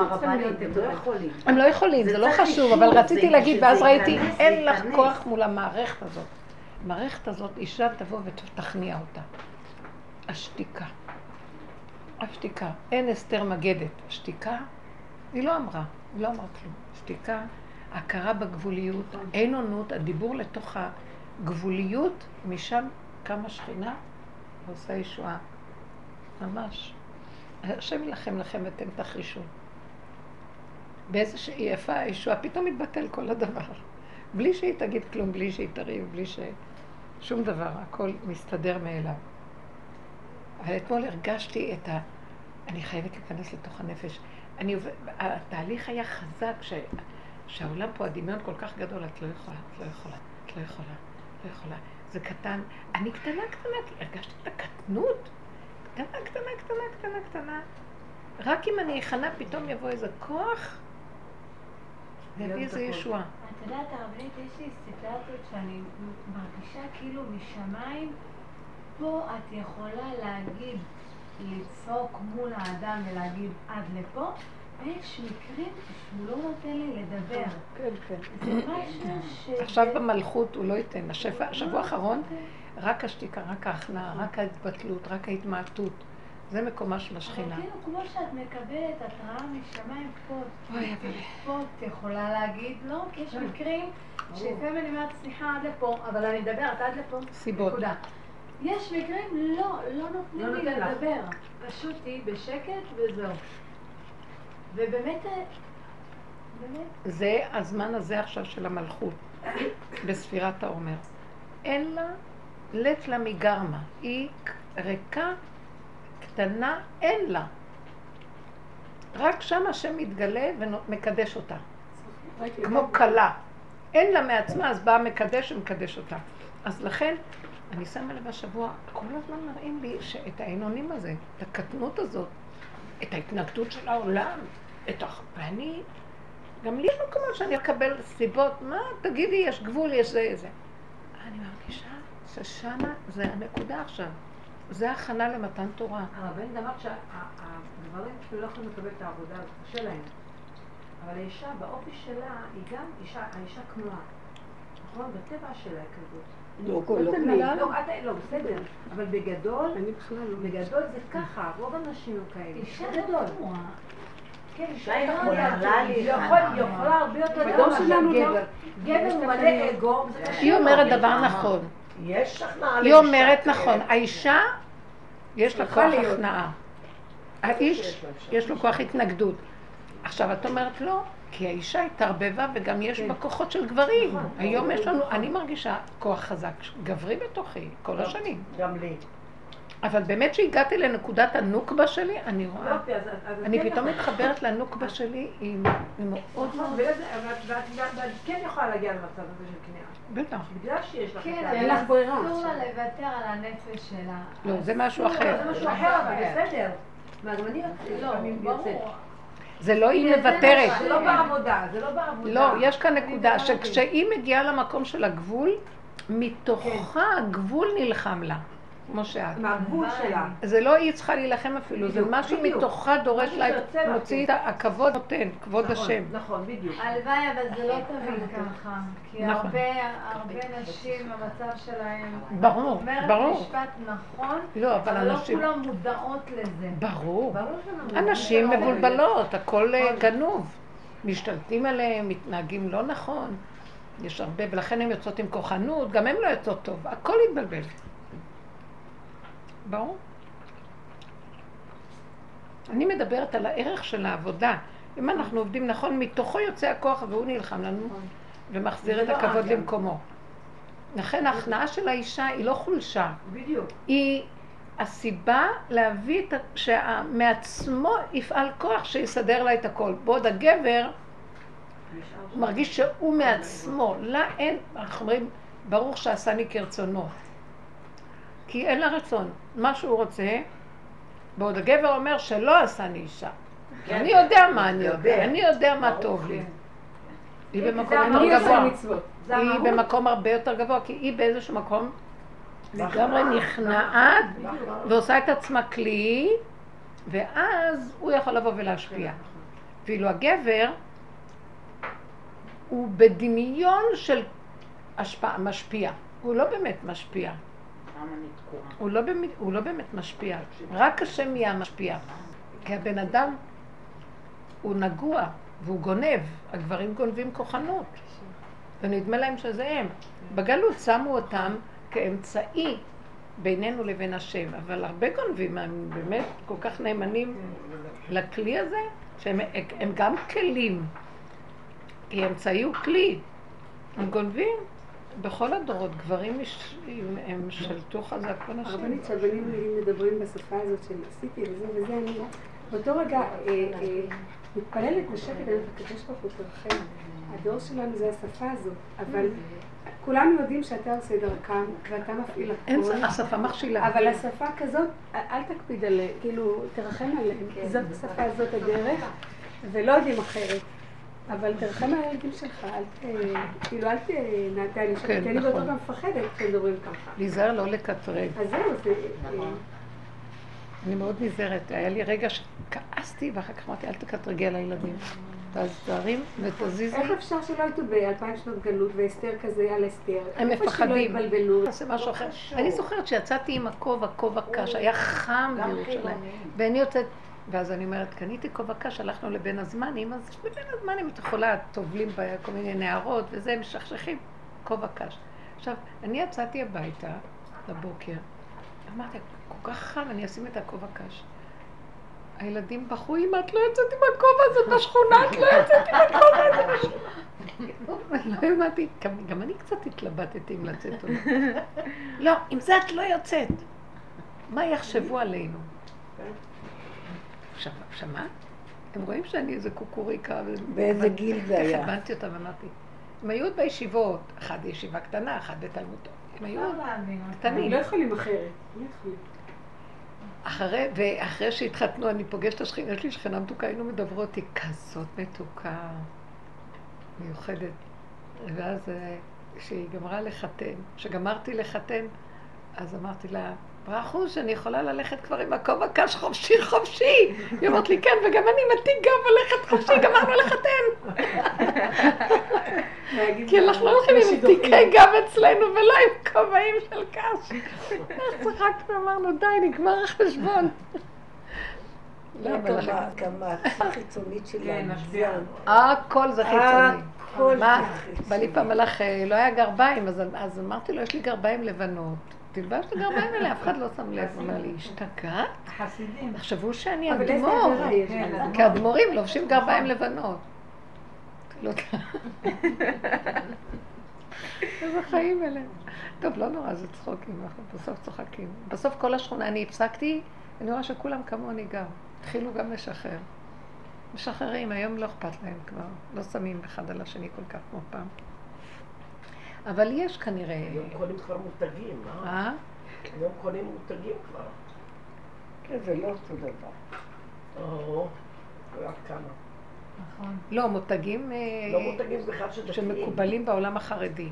S1: הם לא יכולים, זה לא חשוב, אבל רציתי להגיד, ואז ראיתי, אין לך כוח מול המערכת הזאת. המערכת הזאת, אישה תבוא ותכניע אותה. השתיקה. השתיקה. אין אסתר מגדת. השתיקה, היא לא אמרה כלום. השתיקה, הכרה בגבוליות, אין עונות, הדיבור לתוך הגבוליות, משם קמה שכינה ועושה ישועה. ממש. השם ילחם לכם ואתם תחרישו. באיזה שהיא יפה הישועה, פתאום מתבטל כל הדבר. בלי שהיא תגיד כלום, בלי שהיא תריב, בלי שום דבר, הכל מסתדר מאליו. אבל אתמול הרגשתי אני חייבת להיכנס לתוך הנפש. התהליך היה חזק, שהעולם פה, הדמיון כל כך גדול, את לא יכולה. זה קטן. אני קטנה, הרגשתי את הקטנות. קטנה. רק אם אני אכנה, פתאום יבוא איזה כוח, ויביא איזה ישועה.
S5: את יודעת, הרבנית, יש לי סיטואציות שאני מרגישה כאילו משמיים, פה את יכולה להגיד, לצעוק מול האדם ולהגיד עד לפה, ויש מקרים שהוא לא נותן לי לדבר.
S1: כן.
S5: זה משהו
S1: עכשיו במלכות הוא לא ייתן. השבוע האחרון, רק השתיקה, רק ההכנעה, רק ההתבטלות, רק ההתמעטות. זה מקומה של השכינה.
S5: אבל כאילו, כמו שאת מקבלת התראה משמיים פה, את יכולה להגיד לא, כי יש מקרים שלפעמים אני אומרת, סליחה, עד לפה, אבל אני מדברת עד לפה.
S1: סיבות.
S5: יש מקרים, לא נותנים לי לדבר. פשוט תהי בשקט וזהו. ובאמת,
S1: זה הזמן הזה עכשיו של המלכות, בספירת העומר. אין לה לט לה מגרמה, היא ריקה, קטנה, אין לה. רק שם השם מתגלה ומקדש אותה. כמו קלה. אין לה מעצמה, אז באה מקדש ומקדש אותה. אז לכן, אני שמה לב השבוע, כל הזמן מראים לי שאת העינונים הזה, את הקטנות הזאת, את ההתנגדות של העולם, ואני, גם לי יש מקומות שאני אקבל סיבות, מה, תגידי, יש גבול, יש זה. אני מרגישה ששמה זה הנקודה עכשיו. זה הכנה למתן תורה.
S6: הרבנית אמרת שהגברים כאילו לא יכולים לקבל את העבודה, זה קשה להם. אבל האישה, באופי שלה, היא גם האישה כנועה. נכון? בטבע שלה היא כזאת. לא, בסדר. אבל בגדול זה ככה, רוב הנשים הם כאלה.
S5: אישה לא כנועה.
S4: כן, אישה יכולה
S6: הרבה יותר גבר. גבר הוא מלא אגו.
S1: היא אומרת דבר נכון.
S2: יש הכנעה.
S1: היא אומרת נכון. האישה, יש לה כוח הכנעה. האיש, יש לו כוח התנגדות. עכשיו, את אומרת לא, כי האישה התערבבה וגם יש בה כוחות של גברים. היום יש לנו, אני מרגישה כוח חזק, גברי בתוכי, כל השנים.
S2: גם לי.
S1: אבל באמת שהגעתי לנקודת הנוקבה שלי, אני רואה, אני פתאום מתחברת לנוקבה שלי, היא מאוד מאוד...
S6: ואת כן יכולה להגיע למצב הזה של כניעה.
S1: בטח.
S6: בגלל שיש לך...
S5: כן, אין לך ברירה. אסור לה לוותר על הנפש שלה.
S1: לא, זה משהו אחר.
S6: זה משהו אחר, אבל בסדר. מהגמניות לפעמים יוצאת.
S1: זה לא היא מוותרת.
S6: זה לא בעבודה,
S1: לא, יש כאן נקודה שכשהיא מגיעה למקום של הגבול, מתוכה הגבול נלחם לה. כמו שאת.
S6: מהגבול שלה.
S1: זה לא היא צריכה להילחם אפילו, זה משהו מתוכה דורש לה, מוציא את הכבוד נותן, כבוד השם.
S6: נכון, בדיוק.
S5: הלוואי, אבל זה לא תמיד ככה. כי הרבה נשים, המצב שלהם...
S1: ברור, ברור.
S5: אומרת משפט נכון, אבל לא כולם מודעות לזה.
S1: ברור. הנשים מבולבלות, הכל גנוב. משתלטים עליהם, מתנהגים לא נכון. יש הרבה, ולכן הן יוצאות עם כוחנות, גם הן לא יוצאות טוב, הכל יתבלבל. ברור. אני מדברת על הערך של העבודה. אם אנחנו עובדים נכון, מתוכו יוצא הכוח והוא נלחם לנו ומחזיר את הכבוד למקומו. לכן ההכנעה של האישה היא לא חולשה.
S6: בדיוק.
S1: היא הסיבה להביא מעצמו יפעל כוח שיסדר לה את הכל. בעוד הגבר מרגיש שהוא מעצמו. לה אין, אנחנו אומרים, ברוך שעשני כרצונו. כי אין לה רצון. מה שהוא רוצה, בעוד הגבר אומר שלא עשני אישה. אני יודע מה אני יודע, אני יודע מה טוב לי. היא במקום יותר גבוה. היא במקום הרבה יותר גבוה, כי היא באיזשהו מקום לגמרי נכנעת ועושה את עצמה כלי, ואז הוא יכול לבוא ולהשפיע. ואילו הגבר הוא בדמיון של השפעה, משפיע. הוא לא באמת משפיע. הוא לא באמת משפיע. רק השם יהיה משפיע. כי הבן אדם הוא נגוע והוא גונב. הגברים גונבים כוחנות. ונדמה להם שזה הם. בגלות שמו אותם כאמצעי בינינו לבין השם. אבל הרבה גונבים הם באמת כל כך נאמנים לכלי הזה, שהם גם כלים. כי אמצעי הוא כלי. הם גונבים. בכל הדורות, גברים הם שלטו חזק בנשים.
S7: הרבנית, שהבנים מדברים בשפה הזאת של עשיתי וזה, אני באותו רגע מתפללת בשקט, אני מבקש ברוך הוא תרחם. הדור שלנו זה השפה הזאת, אבל כולנו יודעים שאתה עושה דרכם ואתה מפעיל הכל.
S1: אין, השפה מכשילה.
S7: אבל השפה כזאת, אל תקפיד עליה, כאילו, תרחם עליהם. זאת השפה, זאת הדרך, ולא יודעים אחרת. אבל תרחם על הילדים שלך, אל תנעתה לי, שאני באותו גם מפחדת כשמדברים ככה.
S1: להיזהר לא לקטרג.
S7: אז זהו, זה...
S1: אני מאוד נזהרת. היה לי רגע שכעסתי ואחר כך אמרתי, אל תקטרגי על הילדים. תזהרים ותזיזי.
S7: איך אפשר שלא הייתו ב-2000 שנות גלות ואסתר כזה על אסתר?
S1: הם מפחדים.
S7: זה
S1: משהו אחר. אני זוכרת שיצאתי עם הכובע קש, היה חם בירושלים. ואני יוצאת... ואז אני אומרת, קניתי כובע קש, הלכנו לבין הזמנים, אז בבין הזמנים את יכולה, טובלים כל מיני נערות וזה, משכשכים, כובע קש. עכשיו, אני יצאתי הביתה לבוקר, אמרתי, כל כך חם, אני אשים את הכובע קש. הילדים בחרו, אמא, את לא יוצאת עם הכובע הזה בשכונה, את לא יוצאת עם הכובע הזה בשכונה. לא אמרתי, גם אני קצת התלבטתי אם לצאת או לא. לא, עם זה את לא יוצאת. מה יחשבו עלינו? שמעת? הם רואים שאני איזה קוקוריקה.
S3: באיזה גיל זה היה?
S1: איך הבנתי אותם ואמרתי. הם היו עוד בישיבות, אחד בישיבה קטנה, אחד בתלמוד תורה. הם היו קטנים.
S7: לא יכולים אחרת.
S1: ואחרי שהתחתנו אני פוגשת השכינה, יש לי שכנה מתוקה, היינו מדברות, היא כזאת מתוקה, מיוחדת. ואז כשהיא גמרה לחתן, כשגמרתי לחתן, אז אמרתי לה, ברכו שאני יכולה ללכת כבר עם הכובע קש חופשי. היא אמרת לי, כן, וגם אני מתיק גם הולכת חופשי, גמרנו לחתן. כי אנחנו לא הולכים עם תיקי גב אצלנו ולא עם כובעים של קש. איך צחקנו, אמרנו, די, נגמר החשבון.
S3: כמה חיצונית של המזון.
S1: הכל זה חיצוני.
S3: הכל זה
S1: חיצוני. בא לי פעם הלך, לא היה גרביים, אז אמרתי לו, יש לי גרביים לבנות. תלבש את הגרביים האלה, אף אחד לא שם לב. אמר לי, השתגעת?
S6: החסידים.
S1: תחשבו שאני אדמו"ר. כי אדמו"רים לובשים גרביים לבנות. לא יודע. איזה חיים אלה. טוב, לא נורא, זה צחוקים, אנחנו בסוף צוחקים. בסוף כל השכונה, אני הפסקתי, אני רואה שכולם כמוני גם. התחילו גם לשחרר. משחררים, היום לא אכפת להם כבר. לא שמים אחד על השני כל כך כמו פעם. אבל יש כנראה...
S2: היום קונים כבר מותגים, אה? היום קונים מותגים כבר.
S3: כן, זה לא אותו דבר.
S2: רק כמה.
S6: נכון.
S1: לא, מותגים...
S2: לא מותגים בכלל שדתיים.
S1: שמקובלים בעולם החרדי.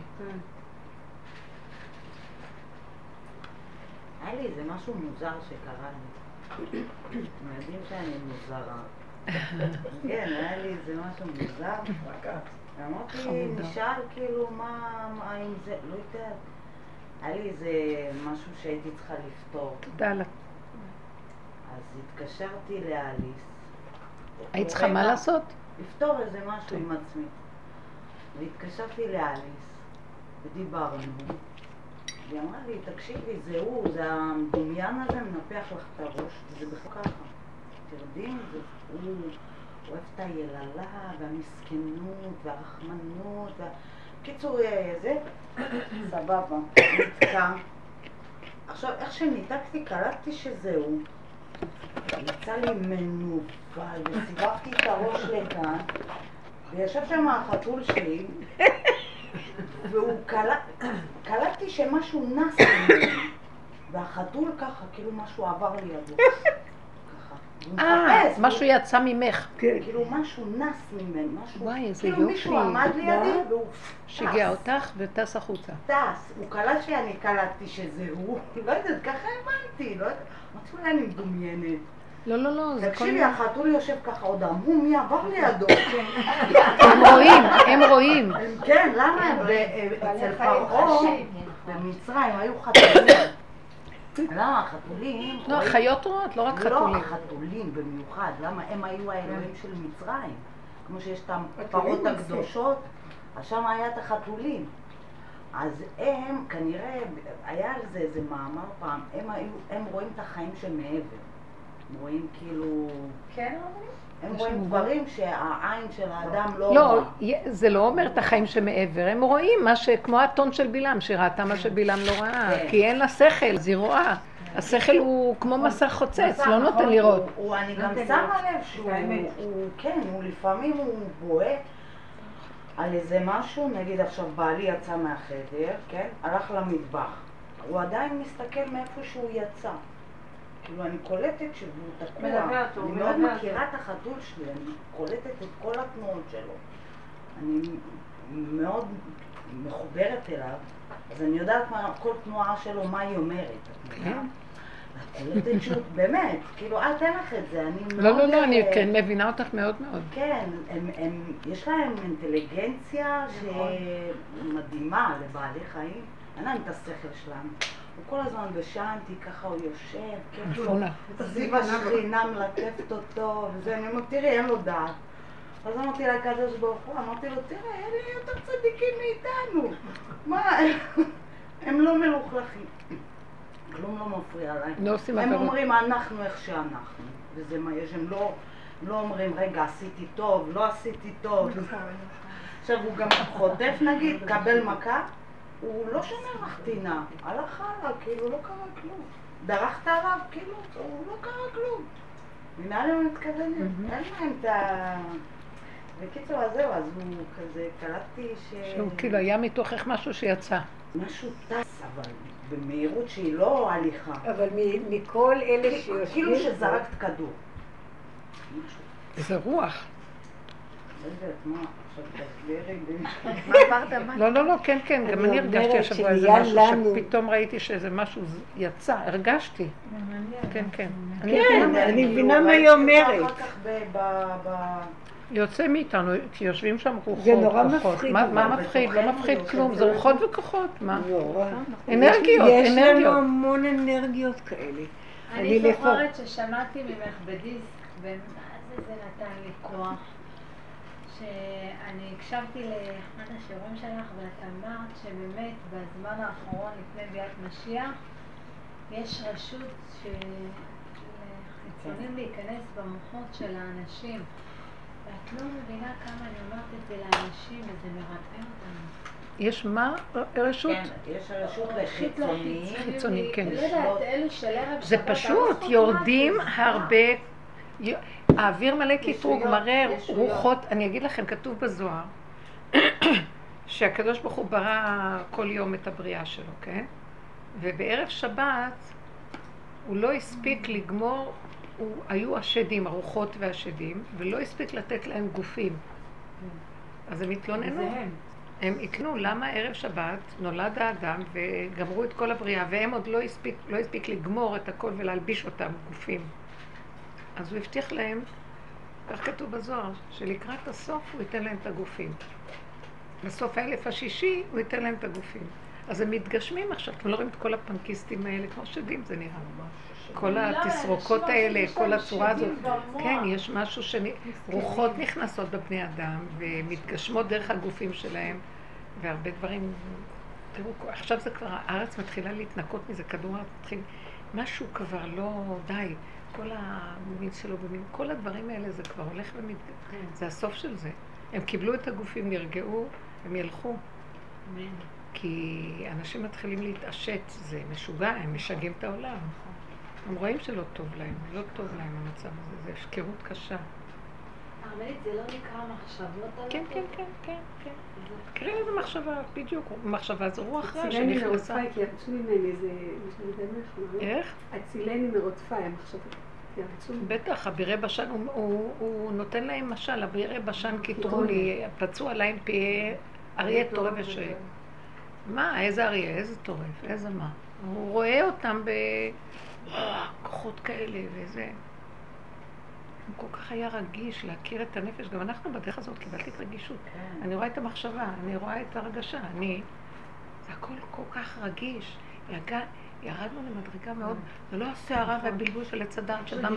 S4: היה לי איזה משהו מוזר שקרה לי. אתם יודעים שאני מוזרה. כן, היה לי איזה משהו מוזר. אמרתי, נשאל כאילו מה עם זה, לא יודעת. היה לי איזה משהו שהייתי צריכה לפתור.
S1: תודה לך.
S4: אז התקשרתי לאליס.
S1: היית צריכה מה לעשות?
S4: לפתור איזה משהו עם עצמי. והתקשרתי לאליס, ודיברנו. והיא אמרה לי, תקשיבי, זה הוא, זה הדמיין הזה מנפח לך את הראש, וזה בכלל ככה. תרדים, הוא אוהב את היללה והמסכנות והרחמנות. קיצור, זה, סבבה, נתקע. עכשיו, איך שניתקתי, קלטתי שזהו. יצא לי מנובל, וסיבבתי את הראש לכאן, וישב שם החתול שלי, והוא קלטתי שמשהו נס ממנו, והחתול ככה, כאילו משהו עבר לידו. ככה. הוא מחפש.
S1: משהו יצא ממך.
S4: כאילו משהו נס ממנו, משהו...
S1: וואי, איזה
S4: כאילו
S1: יופי.
S4: מישהו עמד לידי והוא
S1: שיגע אותך וטס החוצה.
S4: טס. הוא קלט שאני קלטתי שזה הוא. לא יודעת, ככה הבנתי. לא יודעת. אמרתי אולי אני מדומיינת.
S1: לא, לא, לא, זה כל...
S4: תקשיבי, החתול יושב ככה עוד אמרו מי עבר לידו.
S1: הם רואים.
S4: כן, למה הם אצל פרעה במצרים היו חתולים? למה החתולים?
S1: לא, החיות רואות, לא רק חתולים.
S4: לא, החתולים במיוחד, למה הם היו האלוהים של מצרים? כמו שיש את הפרות הקדושות, אז שם היה את החתולים. אז הם, כנראה, היה על זה איזה מאמר פעם, הם רואים את החיים שמעבר. הם רואים כאילו...
S5: כן, רואים?
S4: הם רואים דברים שהעין של האדם לא...
S1: לא, זה לא אומר את החיים שמעבר, הם רואים מה שכמו הטון של בילם, שראתה מה שבילם לא ראה, כי אין לה שכל, אז היא רואה. השכל הוא כמו מסך חוצץ, לא נותן לראות.
S4: אני גם שמה לב שהוא, כן, הוא לפעמים הוא בוהה על איזה משהו, נגיד עכשיו בעלי יצא מהחדר, כן, הלך למטבח, הוא עדיין מסתכל מאיפה שהוא יצא. כאילו אני קולטת שהוא תקוע, אני מאוד מכירה את החתול שלי, אני קולטת את כל התנועות שלו. אני מאוד מחוברת אליו, אז אני יודעת כל תנועה שלו, מה היא אומרת.
S1: כן.
S4: את קולטת שהוא, באמת, כאילו אל תן לך את זה, אני מאוד...
S1: לא, לא, לא, אני כן מבינה אותך מאוד מאוד.
S4: כן, יש להם אינטליגנציה שמדהימה לבעלי חיים, אין להם את השכל שלנו. הוא כל הזמן בשנתי, ככה הוא יושב, כאילו, זיו השכינה מלטפת אותו, וזה, אני אומרת, תראי, אין לו דעת. אז אמרתי לקדוש ברוך הוא, אמרתי לו, תראה, אלה יותר צדיקים מאיתנו. מה, הם לא מלוכלכים. כלום לא מפריע להם. הם אומרים, אנחנו איך שאנחנו. וזה מה יש, הם לא אומרים, רגע, עשיתי טוב, לא עשיתי טוב. עכשיו, הוא גם חוטף, נגיד, קבל מכה. הוא לא שומר מחתינה, הלך הלאה, כאילו לא קרה כלום. דרכת עליו, כאילו, הוא לא קרה כלום. מנהל הם מתכוונים, אין להם את ה... בקיצור, אז זהו, אז הוא כזה, קלטתי
S1: שהוא כאילו היה מתוכך משהו שיצא.
S4: משהו טס, אבל במהירות שהיא לא הליכה.
S3: אבל מכל אלה שיושבים...
S4: כאילו שזרקת כדור.
S1: זה רוח.
S4: לא יודעת, מה, עכשיו תסבירי
S1: מה עברת? לא, לא, לא, כן, כן, גם אני הרגשתי השבוע איזה משהו, שפתאום ראיתי שאיזה משהו יצא, הרגשתי. כן, כן.
S3: כן, אני מבינה מה היא אומרת.
S1: יוצא מאיתנו, כי יושבים שם רוחות.
S3: זה נורא מפחיד.
S1: מה מפחיד? לא מפחיד כלום, זה רוחות וכוחות, מה? אנרגיות,
S3: יש לנו
S1: אנרגיות.
S3: המון אנרגיות כאלה.
S5: אני זוכרת ששמעתי ממך בדיסק, ומה זה נתן לי כוח. שאני הקשבתי לאחד השיעורים שלך ואת אמרת שבאמת בזמן האחרון לפני ביאת משיח יש רשות שחיצונים להיכנס במוחות של האנשים ואת לא מבינה כמה אני אומרת את זה לאנשים וזה מרתם אותנו.
S1: יש מה? רשות?
S4: כן, יש רשות לחיצוניים.
S1: חיצוניים, כן.
S5: לא יודעת, אלו של ערב
S1: זה פשוט, יורדים הרבה... האוויר מלא קטרוג, מראה רוחות, אני אגיד לכם, כתוב בזוהר, שהקדוש ברוך הוא ברא כל יום את הבריאה שלו, כן? ובערב שבת הוא לא הספיק לגמור, היו השדים, הרוחות והשדים, ולא הספיק לתת להם גופים. אז הם התלוננו. הם התלוננו למה ערב שבת נולד האדם וגמרו את כל הבריאה, והם עוד לא הספיק לגמור את הכל ולהלביש אותם גופים. אז הוא הבטיח להם, כך כתוב בזוהר, שלקראת הסוף הוא ייתן להם את הגופים. בסוף האלף השישי הוא ייתן להם את הגופים. אז הם מתגשמים עכשיו, אתם לא רואים את כל הפנקיסטים האלה, כמו שדים זה נראה. כל התסרוקות האלה, כל הצורה הזאת. כן, יש משהו רוחות נכנסות בבני אדם, ומתגשמות דרך הגופים שלהם, והרבה דברים... תראו, עכשיו זה כבר, הארץ מתחילה להתנקות מזה, כדור הארץ מתחיל... משהו כבר לא די. כל המין שלו במין, כל הדברים האלה זה כבר הולך ומתגשם. זה הסוף של זה. הם קיבלו את הגופים, נרגעו, הם ילכו. כי אנשים מתחילים להתעשת, זה משוגע, הם משגעים את העולם. הם רואים שלא טוב להם, לא טוב להם המצב הזה, זה הפקרות קשה.
S5: הרבנית, זה לא נקרא מחשבות על
S1: כן, כן, כן, כן, כן. קריא לזה מחשבה, בדיוק. מחשבה זו רוח רע
S7: הצילני
S1: שנכנסה.
S7: מרודפיי, כי ירצו ממני איזה...
S1: איך?
S7: הצילני מרודפיי, המחשבות ירצו ממני.
S1: בטח, אבירי בשן, הוא נותן להם משל, אבירי בשן כיתרו לי, פצוע להם פי אריה טורף ושואג. מה, איזה אריה, איזה טורף, איזה מה? הוא רואה אותם בכוחות כאלה וזה. הוא כל כך היה רגיש להכיר את הנפש, גם אנחנו בדרך הזאת קיבלתי את רגישות. אני רואה את המחשבה, אני רואה את הרגשה, זה הכל כל כך רגיש. ירדנו למדרגה מאוד, זה לא הסערה והבלבול של עץ הדעת, שאדם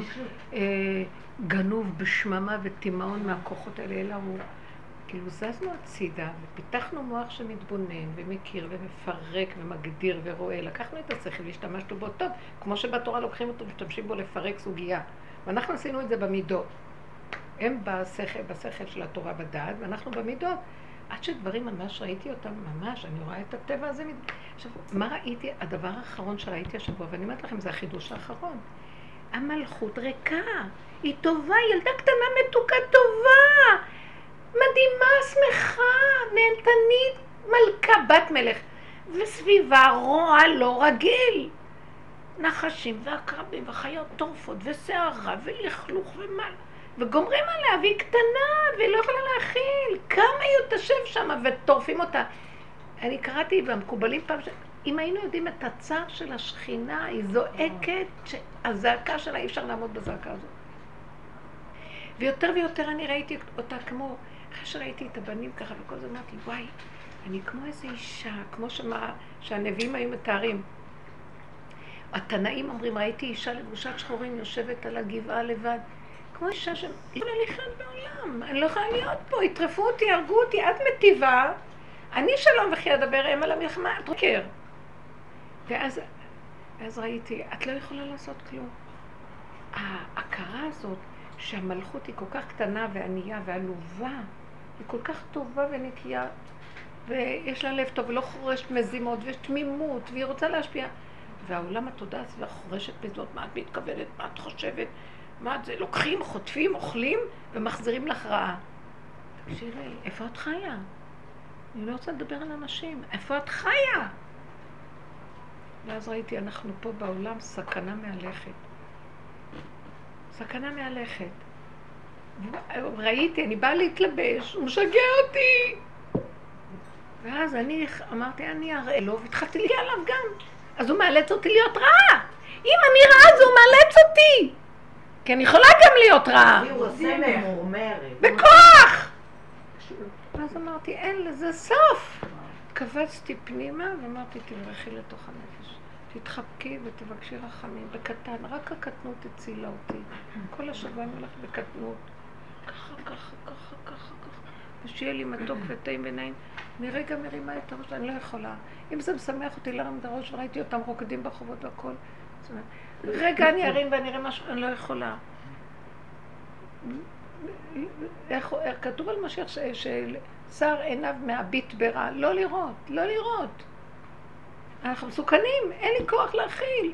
S1: גנוב בשממה ותימהון מהכוחות האלה, אלא הוא כאילו זזנו הצידה ופיתחנו מוח שמתבונן ומכיר ומפרק ומגדיר ורואה. לקחנו את השכל והשתמשנו בו טוב, כמו שבתורה לוקחים אותו ומשתמשים בו לפרק סוגיה. ואנחנו עשינו את זה במידות. הם בשכל של התורה בדעת, ואנחנו במידות. עד שדברים ממש ראיתי אותם, ממש, אני רואה את הטבע הזה. עכשיו, מה ראיתי? הדבר האחרון שראיתי השבוע, ואני אומרת לכם, זה החידוש האחרון. המלכות ריקה, היא טובה, ילדה קטנה מתוקה טובה, מדהימה, שמחה, נהנתנית, מלכה, בת מלך, וסביבה רוע לא רגיל. נחשים ועקרבים וחיות טורפות וסערה ולכלוך ומל. וגומרים עליה, והיא קטנה, והיא לא יכולה להכיל. כמה היא תשב שם וטורפים אותה. אני קראתי במקובלים פעם אם היינו יודעים את הצער של השכינה, היא זועקת, שהזעקה שלה אי אפשר לעמוד בזעקה הזאת. ויותר ויותר אני ראיתי אותה כמו, אחרי שראיתי את הבנים ככה וכל זה, אמרתי, וואי, אני כמו איזו אישה, כמו שהנביאים היו מתארים. התנאים אומרים, ראיתי אישה לבושת שחורים יושבת על הגבעה לבד, כמו אישה שלא יכולה לחיות בעולם, אני לא יכולה להיות פה, יטרפו אותי, ירגו אותי, את מטיבה, אני שלום וכי אדבר הם על המלחמה, את רוקר. ואז ראיתי, את לא יכולה לעשות כלום. ההכרה הזאת שהמלכות היא כל כך קטנה וענייה ועלובה, היא כל כך טובה ונקייה, ויש לה לב טוב ולא חורשת מזימות ויש תמימות, והיא רוצה להשפיע. והעולם התודעה סביבה חורשת בזאת, מה את מתכוונת, מה את חושבת, מה את זה, לוקחים, חוטפים, אוכלים ומחזירים לך רעה. תקשיבי, איפה את חיה? אני לא רוצה לדבר על אנשים, איפה את חיה? ואז ראיתי, אנחנו פה בעולם סכנה מהלכת. סכנה מהלכת. ראיתי, אני באה להתלבש, הוא משגע אותי. ואז אני אמרתי, אני אראה לו, והתחלתי לי עליו גם. אז הוא מאלץ אותי להיות רעה. אם אני רעה, אז הוא מאלץ אותי. כי אני יכולה גם להיות רעה.
S4: הוא עושה ממורמרת.
S1: בכוח! אז אמרתי, אין לזה סוף. קבצתי פנימה ואמרתי, תברכי לתוך הנפש. תתחבקי ותבקשי רחמים. בקטן, רק הקטנות הצילה אותי. כל השבוע אני הולכת בקטנות. ככה. ושיהיה לי מתוק וטעים ונעים. אני רגע מרימה את הראש, אני לא יכולה. אם זה משמח אותי להרים את הראש, וראיתי אותם רוקדים בחובות והכל. רגע אני ארים ואני אראה משהו, אני לא יכולה. איך כתוב על משיח ששר עיניו מהביט ברע, לא לראות. אנחנו מסוכנים, אין לי כוח להכיל,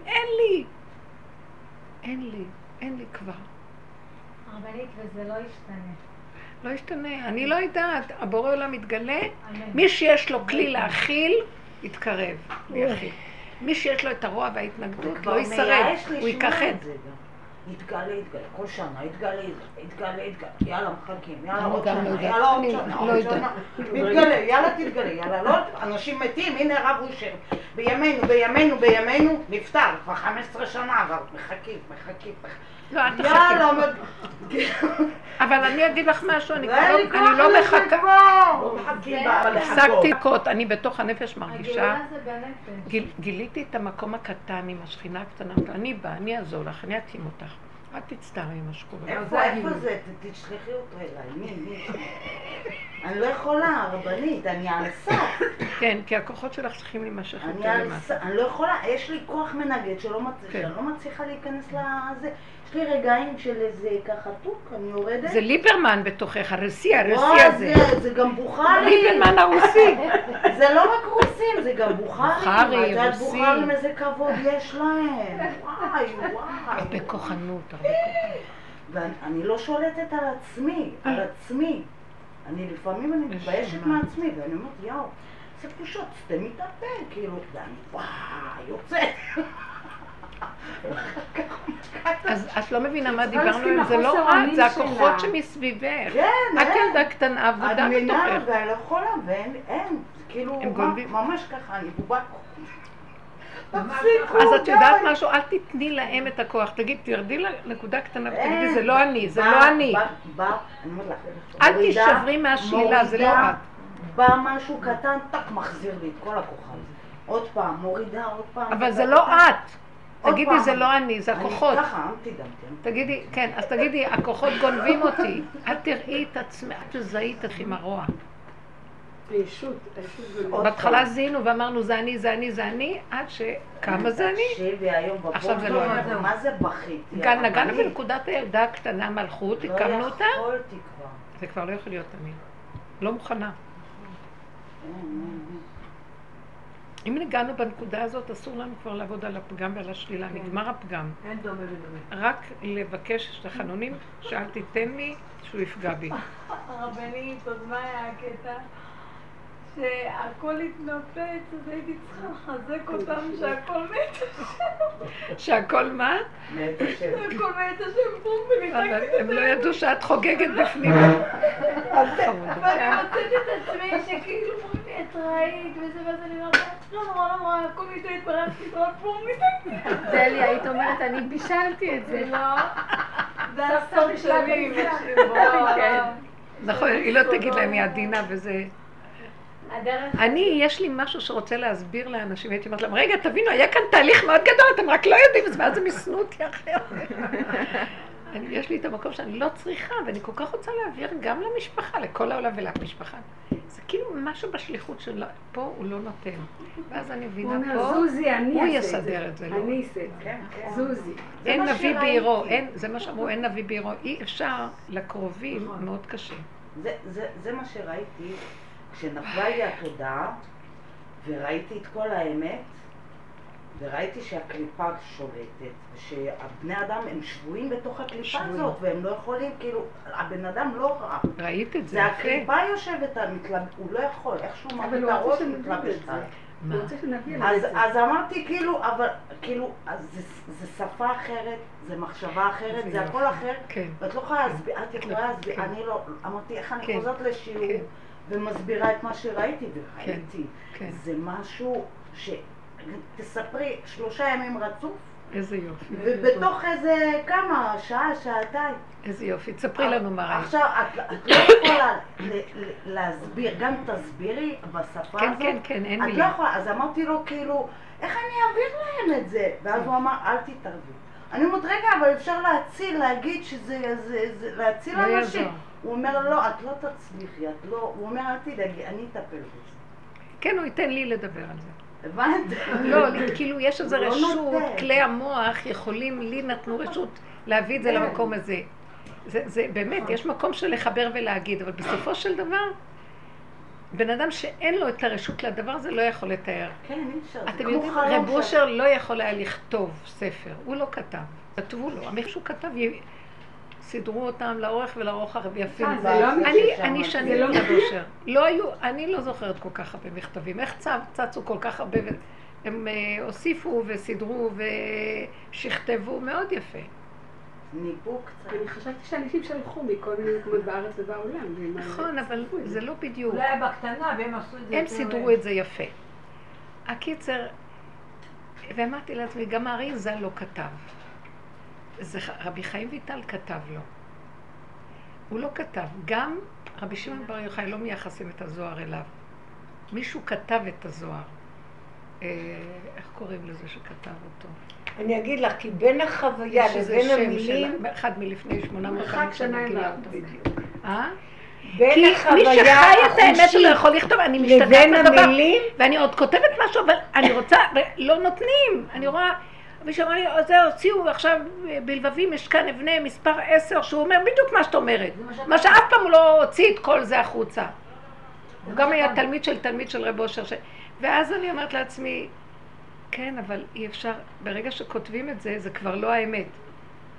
S1: אין לי כבר.
S5: הרבנית, וזה לא ישתנה.
S1: לא ישתנה, אני לא יודעת, הבורא עולם מתגלה, מי שיש לו כלי להכיל, יתקרב ויכיל. מי שיש לו את הרוע וההתנגדות, לא ישרד, הוא ייקחד.
S4: יתגלה, כל שנה, יתגלה, יאללה מחלקים, יאללה עוד שנה, יאללה עוד שנה, מתגלה, יאללה תתגלה, יאללה לא, אנשים מתים, הנה רב אושר, בימינו, נפטר, כבר 15 שנה, אבל מחכים.
S1: לא, אל תחכי. אבל אני אגיד לך משהו, אני לא מחכה. הפסקתי לקות, אני בתוך הנפש מרגישה. גיליתי את המקום הקטן עם השכינה הקטנה. אני באה, אני אעזור לך, אני אקים אותך. אל תצטערי עם השקורה.
S4: איפה זה? תשלחי אותו אליי. אני לא יכולה, רבנית, אני על הסף.
S1: כן, כי הכוחות שלך צריכים להימשך יותר למטה.
S4: אני לא יכולה, יש לי כוח מנגד שלא מצליחה להיכנס לזה. יש לי רגעים של איזה ככה טוק, אני יורדת.
S1: זה ליברמן בתוכך, הרוסי הזה.
S4: זה גם בוכרי.
S1: ליברמן הרוסי.
S4: זה לא רק רוסים, זה גם בוכרי.
S1: בוכרי, רוסי.
S4: בוכרים איזה כבוד יש להם. וואי.
S1: הרבה כוחנות.
S4: ואני לא שולטת על עצמי, על עצמי. לפעמים אני מתביישת מעצמי, ואני אומרת, יאו, זה פשוט, סתם מתאפל, כאילו, ואני, וואי, יוצאת.
S1: אז את לא מבינה מה דיברנו, זה לא את, זה הכוחות שמסביבך.
S4: כן,
S1: את ילדה קטנה, עבודה בתוכך.
S4: אני מבינה, ואני לא יכולה, ואין, כאילו, ממש ככה, אני בובה.
S1: אז את יודעת משהו, אל תתני להם את הכוח, תרדי לנקודה קטנה ותגידי, זה לא אני, זה לא אני. אל תשברי מהשלילה, זה לא את.
S4: בא משהו קטן, טק, מחזיר לי את כל הכוחה. עוד פעם, מורידה, עוד פעם.
S1: אבל זה לא את. תגידי, זה לא אני, זה הכוחות.
S4: אני ככה, תדמתי.
S1: תגידי, כן, אז תגידי, הכוחות גונבים אותי. אל תראי את עצמך, אל תזהי את עצמך עם הרוע.
S7: הישות גונבת.
S1: בהתחלה זינו ואמרנו, זה אני, זה אני, זה אני, עד שכמה זה אני.
S4: תקשיבי, היום
S1: עכשיו זה לא
S4: בבוקר, מה זה בכיתי?
S1: כאן נגענו בנקודת הילדה הקטנה מלכות, הקמנו אותה.
S4: לא יכולתי כבר.
S1: זה כבר לא יכול להיות אני. לא מוכנה. אם נגענו בנקודה הזאת, אסור לנו כבר לעבוד על הפגם ועל השלילה, נגמר הפגם.
S6: אין דומה ודומה.
S1: רק לבקש את החנונים, שאל תיתן לי שהוא יפגע בי.
S5: הרבנית, עוד מה היה הקטע? שהכל התנפץ, אז הייתי צריכה לחזק אותם שהכל מת השם.
S1: שהכל מה?
S4: מת השם.
S5: שהכל מת השם פום וניתקתי את
S1: הם לא ידעו שאת חוגגת בפנים.
S5: ואני מוצאת את עצמי שכאילו אומרים לי, את ראית וזה וזה, אני אומרת, לא נורא, הכל ניתן התברחתי, רק פום ניתקתי.
S1: דלי, היית אומרת, אני בישלתי את זה.
S5: לא, זה הסוף שלי.
S1: נכון, היא לא תגיד להם היא עדינה וזה... יש לי משהו שרוצה להסביר לאנשים, הייתי אומרת להם, רגע, תבינו, היה כאן תהליך מאוד גדול, אתם רק לא יודעים, ואז הם ישנאו אותי אחרת. יש לי את המקום שאני לא צריכה, ואני כל כך רוצה להעביר גם למשפחה, לכל העולם ולמשפחה. זה כאילו משהו בשליחות של פה הוא לא נותן. ואז אני מבינה פה, הוא יסדר את זה.
S7: אני אעשה את זה. זוזי.
S1: אין נביא בעירו, זה מה שאמרו, אין נביא בעירו. אי אפשר לקרובים, מאוד קשה.
S4: זה מה שראיתי. כשנפלה לי התודעה, וראיתי את כל האמת, וראיתי שהקליפה שולטת, ושהבני אדם הם שבויים בתוך הקליפה הזאת, והם לא יכולים, כאילו, הבן אדם לא רע.
S1: ראית את זה?
S4: זה הקליפה יושבת, הוא לא יכול, איכשהו מראה את הראש מתלבש עליו. אז אמרתי, כאילו, זה שפה אחרת, זה מחשבה אחרת, זה הכל אחר, ואת לא יכולה להסביר, את יכולה להסביר, אני לא, אמרתי, איך אני חוזרת לשיעור, ומסבירה את מה שראיתי, וראיתי. זה משהו תספרי 3 ימים רצוף.
S1: איזה יופי.
S4: ובתוך איזה כמה, שעה, שעתיים.
S1: איזה יופי, תספרי לנו מה ראית.
S4: עכשיו, את לא יכולה להסביר, גם תסבירי בשפה הזאת.
S1: כן, אין
S4: את
S1: מילים.
S4: לא יכולה, אז אמרתי לו כאילו, איך אני אעביר להם את זה? ואז הוא אמר, אל תתערבי. אני אומרת, רגע, אבל אפשר להציל, להגיד שזה, להציל אנשים. הוא אומר, לא, את לא תצליחי, את לא, הוא אומר, אל תדאגי, אני אטפל בזה.
S1: כן, הוא ייתן לי לדבר על זה.
S4: הבנת?
S1: לא, כאילו יש איזו רשות, כלי המוח יכולים, לי נתנו רשות להביא את זה למקום הזה. זה באמת, יש מקום של לחבר ולהגיד, אבל בסופו של דבר, בן אדם שאין לו את הרשות לדבר הזה לא יכול לתאר.
S4: כן, אי אפשר.
S1: אתם יודעים, רב אושר לא יכול היה לכתוב ספר, הוא לא כתב, כתבו לו, המחיר שהוא כתב, סידרו אותם לאורך ולרוחב יפים. אני שנים רב אושר, אני לא זוכרת כל כך הרבה מכתבים, איך צצו כל כך הרבה, הם הוסיפו וסידרו ושכתבו מאוד יפה.
S4: ניפוק קצת.
S7: אני חשבתי שאנשים שלחו מכל מיני מקומות בארץ ובעולם.
S1: נכון, אבל זה לא בדיוק.
S6: אולי בקטנה והם עשו את זה.
S1: הם סידרו את זה יפה. הקיצר, ואמרתי לעצמי, גם הארי ז"ל לא כתב. רבי חיים ויטל כתב לו. הוא לא כתב. גם רבי שמעון בר יוחאי לא מייחסים את הזוהר אליו. מישהו כתב את הזוהר. איך קוראים לזה שכתב אותו?
S3: אני אגיד לך, כי בין החוויה לבין המילים...
S1: אחד מלפני 800 שנה גילה אותו בדיוק.
S3: בין החוויה
S1: החושית לא יכול לכתוב, אני משתדלת לדבר, ואני עוד כותבת משהו, אבל אני רוצה, לא נותנים, אני רואה, מישהו אמר לי, זה הוציאו עכשיו בלבבים, יש כאן אבנה מספר 10, שהוא אומר בדיוק מה שאת אומרת, מה שאף פעם הוא לא הוציא את כל זה החוצה. הוא גם היה תלמיד של רב אושר, ואז אני אומרת לעצמי, כן, אבל אי אפשר, ברגע שכותבים את זה, זה כבר לא האמת.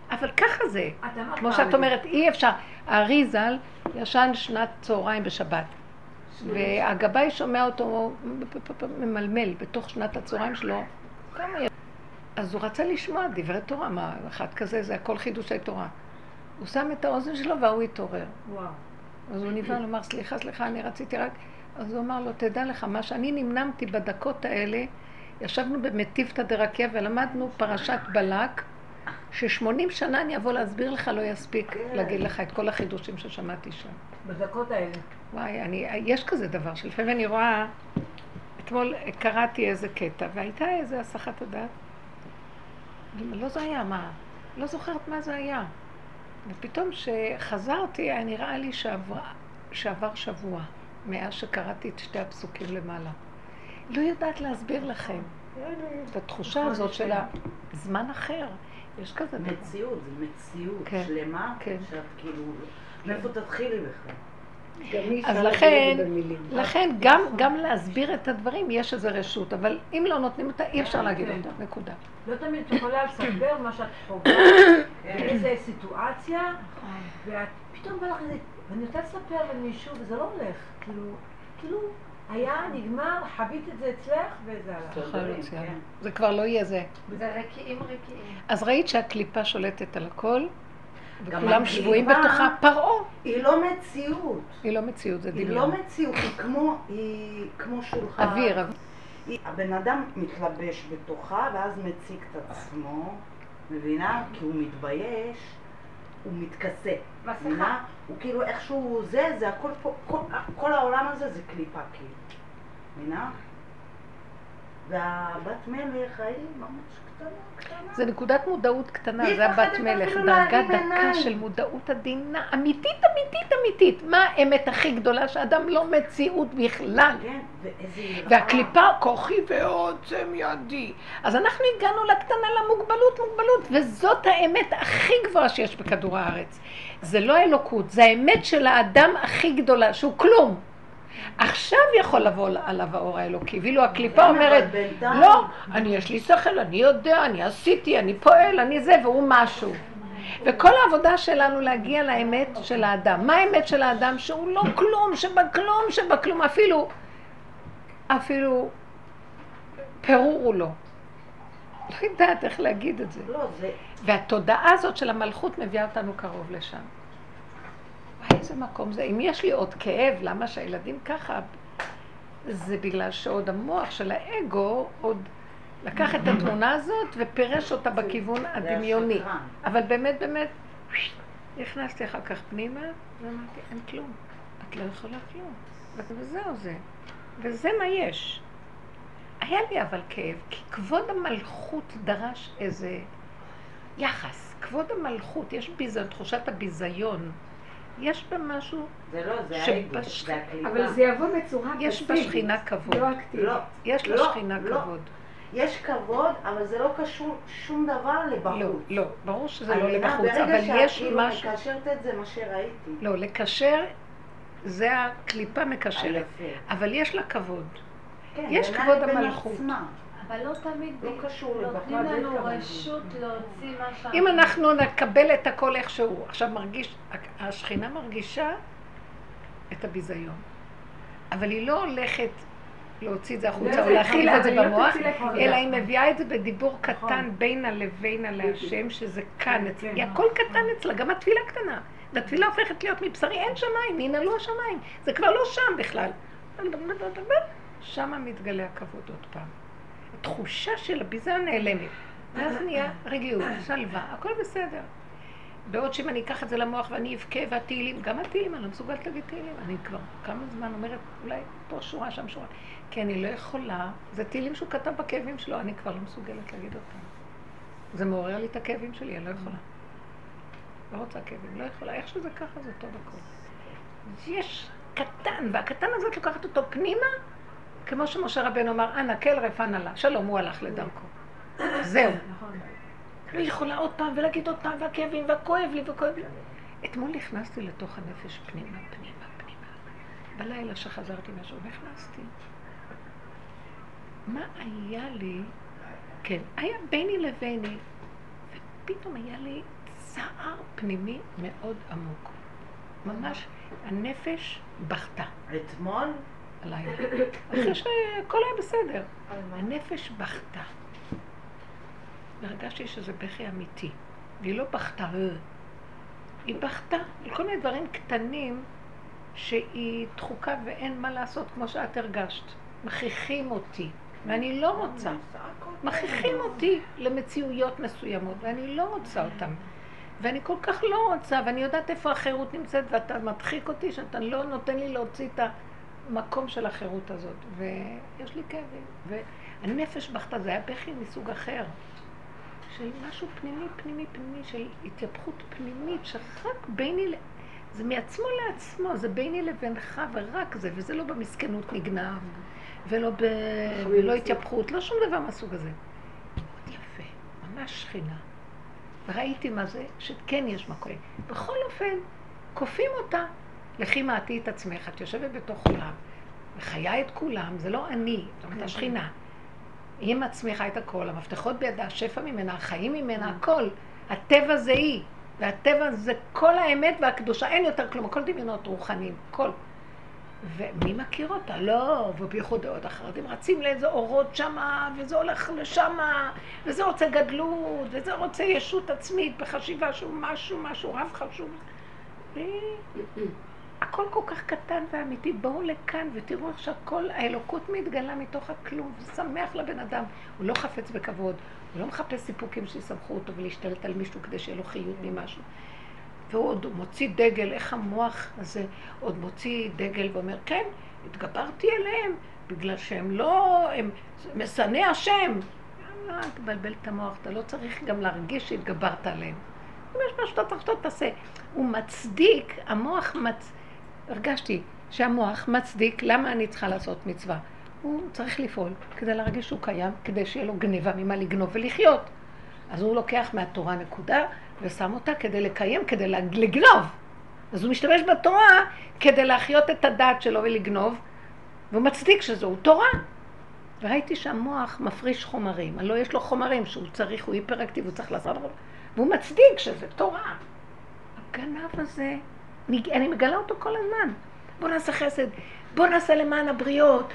S1: אבל ככה זה. כמו
S6: אמרת
S1: שאת אומרת, אי אפשר. הארי ז"ל ישן שנת צהריים בשבת. והגבאי שומע אותו ממלמל בתוך שנת הצהריים שלו. אז הוא רצה לשמוע דברי תורה, מה, אחד כזה, זה הכל חידושי תורה. הוא שם את האוזן שלו והוא התעורר.
S6: וואו.
S1: אז הוא נבהל, הוא אמר, סליחה, אני רציתי רק... אז הוא אמר לו, תדע לך, מה שאני נמנמתי בדקות האלה, ישבנו במטיבתא דרקיע ולמדנו פרשת בלק, ש80 שנה אני אבוא להסביר לך, לא יספיק להגיד לך את כל החידושים ששמעתי שם.
S6: בדקות האלה.
S1: וואי, יש כזה דבר שלפעמים אני רואה, אתמול קראתי איזה קטע, והייתה איזה הסחת הדעת. לא זה היה, מה? לא זוכרת מה זה היה. ופתאום שחזרתי, היה נראה לי שעבר שבוע, מאז שקראתי את שתי הפסוקים למעלה. לא יודעת להסביר לכם. את התחושה הזאת של הזמן אחר. יש כזה דבר.
S4: מציאות, זה מציאות
S1: כן.
S4: שלמה,
S1: כן.
S4: שאת כאילו, מאיפה תתחילי בכלל?
S1: אז לכן גם להסביר את הדברים יש איזו רשות, אבל אם לא נותנים אותה, אי אפשר להגיד אותה, נקודה.
S6: לא תמיד את יכולה לספר מה שאת חווה, באיזה סיטואציה, ואת פתאום בא לך איזה, ואני רוצה לספר למישהו, וזה לא הולך, כאילו, היה, נגמר, חווית את זה אצלך, וזה הלך.
S1: זה כבר לא יהיה זה.
S5: זה רקיעים.
S1: אז ראית שהקליפה שולטת על הכל, וכולם שבועים בתוכה, פרעה.
S4: היא לא מציאות.
S1: היא לא מציאות, זה
S4: היא
S1: דמיון.
S4: לא מציאות, היא כמו שולחן.
S1: אוויר.
S4: הבן אדם מתלבש בתוכה ואז מציג את עצמו, מבינה? כי הוא מתבייש, הוא מתכסה. מבינה? הוא כאילו איכשהו זה הכל פה, כל העולם הזה זה קליפה כאילו. מבינה? והבת מלך היא ממש קטנה.
S1: זה נקודת מודעות קטנה,
S4: היא
S1: זה הבת
S4: מפחדת
S1: מלך,
S4: אפילו
S1: דרגה
S4: להרים
S1: דקה
S4: עיניים.
S1: של מודעות עדינה, אמיתית. מה האמת הכי גדולה שאדם לא מציאות בכלל?
S4: כן, ואיזה יראה.
S1: והקליפה כוחי ועוצם ידי. אז אנחנו הגענו לקטנה למוגבלות, וזאת האמת הכי גבוהה שיש בכדור הארץ. זה לא אלוקות, זה האמת של האדם הכי גדולה, שהוא כלום. עכשיו יכול לבוא עליו האור האלוקי, ואילו הקליפה אומרת, לא, יש לי שכל, אני יודע, אני עשיתי, אני פועל, אני זה, והוא משהו. וכל העבודה שלנו להגיע לאמת של האדם. מה האמת של האדם? שהוא לא כלום, שבכלום, אפילו פירור הוא לא. לא יודעת איך להגיד את זה. והתודעה הזאת של המלכות מביאה אותנו קרוב לשם. איזה מקום זה? אם יש לי עוד כאב, למה שהילדים ככה? זה בגלל שעוד המוח של האגו עוד לקח את התמונה הזאת ופירש אותה בכיוון הדמיוני. אבל באמת, נכנסתי אחר כך פנימה ואמרתי, אין כלום. את לא יכולה כלום. וזהו זה. וזה מה יש. היה לי אבל כאב, כי כבוד המלכות דרש איזה יחס. כבוד המלכות, יש ביזיון, תחושת הביזיון. יש בה משהו
S4: זה לא, זה האגו, זה הקליפה.
S7: אבל זה יבוא בצורה פסיבית.
S1: יש בשכינה כבוד.
S7: לא אקטיבית.
S1: יש לשכינה כבוד.
S4: יש כבוד, אבל זה לא קשור שום דבר לבחוץ.
S1: לא, ברור שזה לא לבחוץ, אבל יש
S4: ברגע שאת כאילו
S1: משהו...
S4: מקשרת את זה, מה שראיתי.
S1: לא, לקשר, זה הקליפה מקשרת. אבל יש לה כבוד. יש כבוד המלכות.
S5: אבל לא תמיד
S4: לא קשור
S5: נותנים לנו רשות להוציא מה שאנחנו...
S1: אם אנחנו נקבל את הכל איכשהו, עכשיו השכינה מרגישה את הביזיון. אבל היא לא הולכת להוציא את זה החוצה או להכיל את זה במוח, אלא היא מביאה את זה בדיבור קטן בינה לבינה להשם, שזה כאן אצלה. הכל קטן אצלה, גם התפילה קטנה. והתפילה הופכת להיות מבשרי, אין שמיים, ננעלו השמיים. זה כבר לא שם בכלל. שם מתגלה הכבוד עוד פעם. התחושה של הביזיון נעלמת. ואז נהיה רגיעות, שלווה, הכל בסדר. בעוד שאם אני אקח את זה למוח ואני אבכה והתהילים, גם התהילים, אני לא מסוגלת להגיד תהילים. אני כבר כמה זמן אומרת, אולי פה שורה, שם שורה. כי אני לא יכולה, זה תהילים שהוא כתב בכאבים שלו, אני כבר לא מסוגלת להגיד אותם. זה מעורר לי את הכאבים שלי, אני לא יכולה. לא רוצה כאבים, לא יכולה. איך שזה ככה זה טוב הכל. יש קטן, והקטן הזאת לוקחת אותו פנימה, כמו שמשה רבנו אמר, אנא כל רפן עלה. שלום, הוא הלך לדרכו. זהו. לא יכולה עוד פעם ולהגיד עוד פעם, והכאבים, והכואב לי, וכואב לי. אתמול נכנסתי לתוך הנפש פנימה. בלילה שחזרתי משהו, נכנסתי. מה היה לי? כן, היה ביני לביני, ופתאום היה לי צער פנימי מאוד עמוק. ממש הנפש בכתה.
S4: אתמול?
S1: הלילה. אחרי שהכל היה בסדר. הנפש בכתה. והרגשתי שזה בכי אמיתי. והיא לא בכתה. היא בכתה על כל מיני דברים קטנים שהיא דחוקה ואין מה לעשות, כמו שאת הרגשת. מכריחים אותי, ואני לא רוצה. מכריחים אותי למציאויות מסוימות, ואני לא רוצה אותם. ואני כל כך לא רוצה, ואני יודעת איפה החירות נמצאת, ואתה מדחיק אותי שאתה לא נותן לי להוציא את המקום של החירות הזאת. ויש לי כאבים. והנפש בכתה, זה היה בכי מסוג אחר. של משהו פנימי, של התייפכות פנימית, שרק ביני, זה מעצמו לעצמו, זה ביני לבינך ורק זה, וזה לא במסכנות נגנב, ולא התייפכות, לא שום דבר מהסוג הזה. מאוד יפה, ממש שכינה. וראיתי מה זה, שכן יש מקום. בכל אופן, קופים אותה, לכי מעטי את עצמך, את יושבת בתוך עולם, וחיה את כולם, זה לא אני, זאת אומרת, השכינה. היא מצמיחה את הכל, המפתחות בידה, השפע ממנה, החיים ממנה, הכל. הטבע זה היא, והטבע זה כל האמת והקדושה, אין יותר כלום, הכל דמיונות רוחניים, הכל. ומי מכיר אותה? לא, ובייחוד עוד אחרת, הם רצים לאיזה אורות שמה, וזה הולך לשמה, וזה רוצה גדלות, וזה רוצה ישות עצמית בחשיבה שהוא משהו רב חשוב. הכל כל כך קטן ואמיתי, בואו לכאן ותראו איך שהכל, האלוקות מתגלה מתוך הכלום, ושמח לבן אדם. הוא לא חפץ בכבוד, הוא לא מחפש סיפוקים שיסמכו אותו ולהשתלט על מישהו כדי שיהיה לו חיות ממשהו. והוא עוד מוציא דגל, איך המוח הזה עוד מוציא דגל ואומר, כן, התגברתי אליהם, בגלל שהם לא, הם משנא השם. לא, תבלבל את המוח, אתה לא צריך גם להרגיש שהתגברת עליהם. אם יש משהו שאתה צריך שאתה תעשה. הוא מצדיק, המוח הרגשתי שהמוח מצדיק למה אני צריכה לעשות מצווה. הוא צריך לפעול כדי להרגיש שהוא קיים, כדי שיהיה לו גניבה ממה לגנוב ולחיות. אז הוא לוקח מהתורה נקודה ושם אותה כדי לקיים, כדי לגנוב. אז הוא משתמש בתורה כדי להחיות את הדעת שלו ולגנוב, והוא מצדיק שזהו תורה. וראיתי שהמוח מפריש חומרים, הלא יש לו חומרים שהוא צריך, הוא היפראקטיב, הוא צריך לעשות, והוא מצדיק שזה תורה. הגנב הזה, אני מגלה אותו כל הזמן. בוא נעשה חסד, בוא נעשה למען הבריות,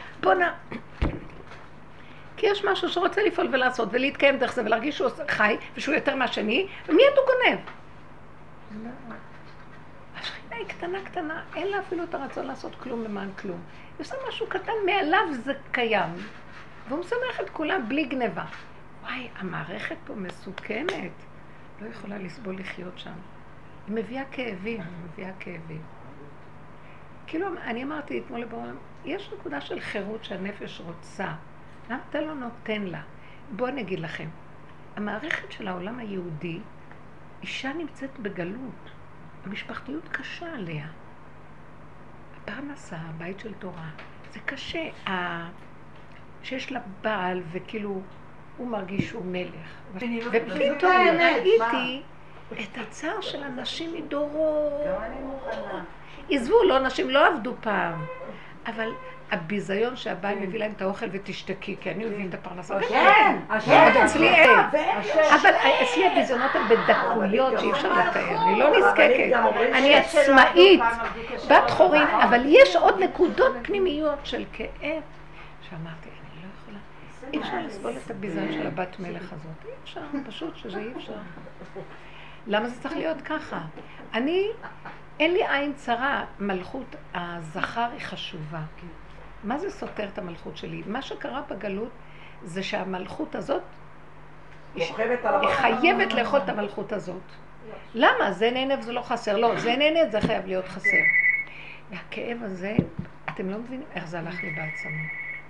S1: כי יש משהו שרוצה לפעול ולעשות ולהתקיים דרך זה ולהרגיש שהוא חי ושהוא יותר מהשני, ומיד הוא גונב. השכינה היא קטנה, אין לה אפילו את הרצון לעשות כלום למען כלום. יש לה משהו קטן, מעליו זה קיים, והוא משמח את כולם בלי גניבה. וואי, המערכת פה מסוכנת, לא יכולה לסבול לחיות שם. היא מביאה כאבים, כאילו, אני אמרתי אתמול לבורם, יש נקודה של חירות שהנפש רוצה. למה אתה לא נותן לה? בואו נגיד לכם, המערכת של העולם היהודי, אישה נמצאת בגלות, המשפחתיות קשה עליה. הפרנסה, הבית של תורה, זה קשה. שיש לה בעל וכאילו הוא מרגיש שהוא מלך. ופתאום ראיתי את הצער של הנשים מדורות. עזבו, לא, נשים לא עבדו פעם. אבל הביזיון שהבעל מביא להם את האוכל ותשתקי, כי אני מביא את הפרנסה. כן, אצלי אין. אבל אצלי הביזיונות הן בדקויות שאי אפשר לתאר. אני לא נזקקת. אני עצמאית, בת חורין, אבל יש עוד נקודות פנימיות של כאב. שאמרתי, אני לא יכולה. אי אפשר לסבול את הביזיון של הבת מלך הזאת. אי אפשר, פשוט שזה אי אפשר. למה זה צריך להיות ככה? אין לי עין צרה, מלכות הזכר היא חשובה. מה זה סותר את המלכות שלי? מה שקרה בגלות זה שהמלכות הזאת היא חייבת לאכול את המלכות הזאת. למה? זה נהנה וזה לא חסר. לא, זה נהנה, זה חייב להיות חסר. והכאב הזה, אתם לא מבינים איך זה הלך לי בעצמי.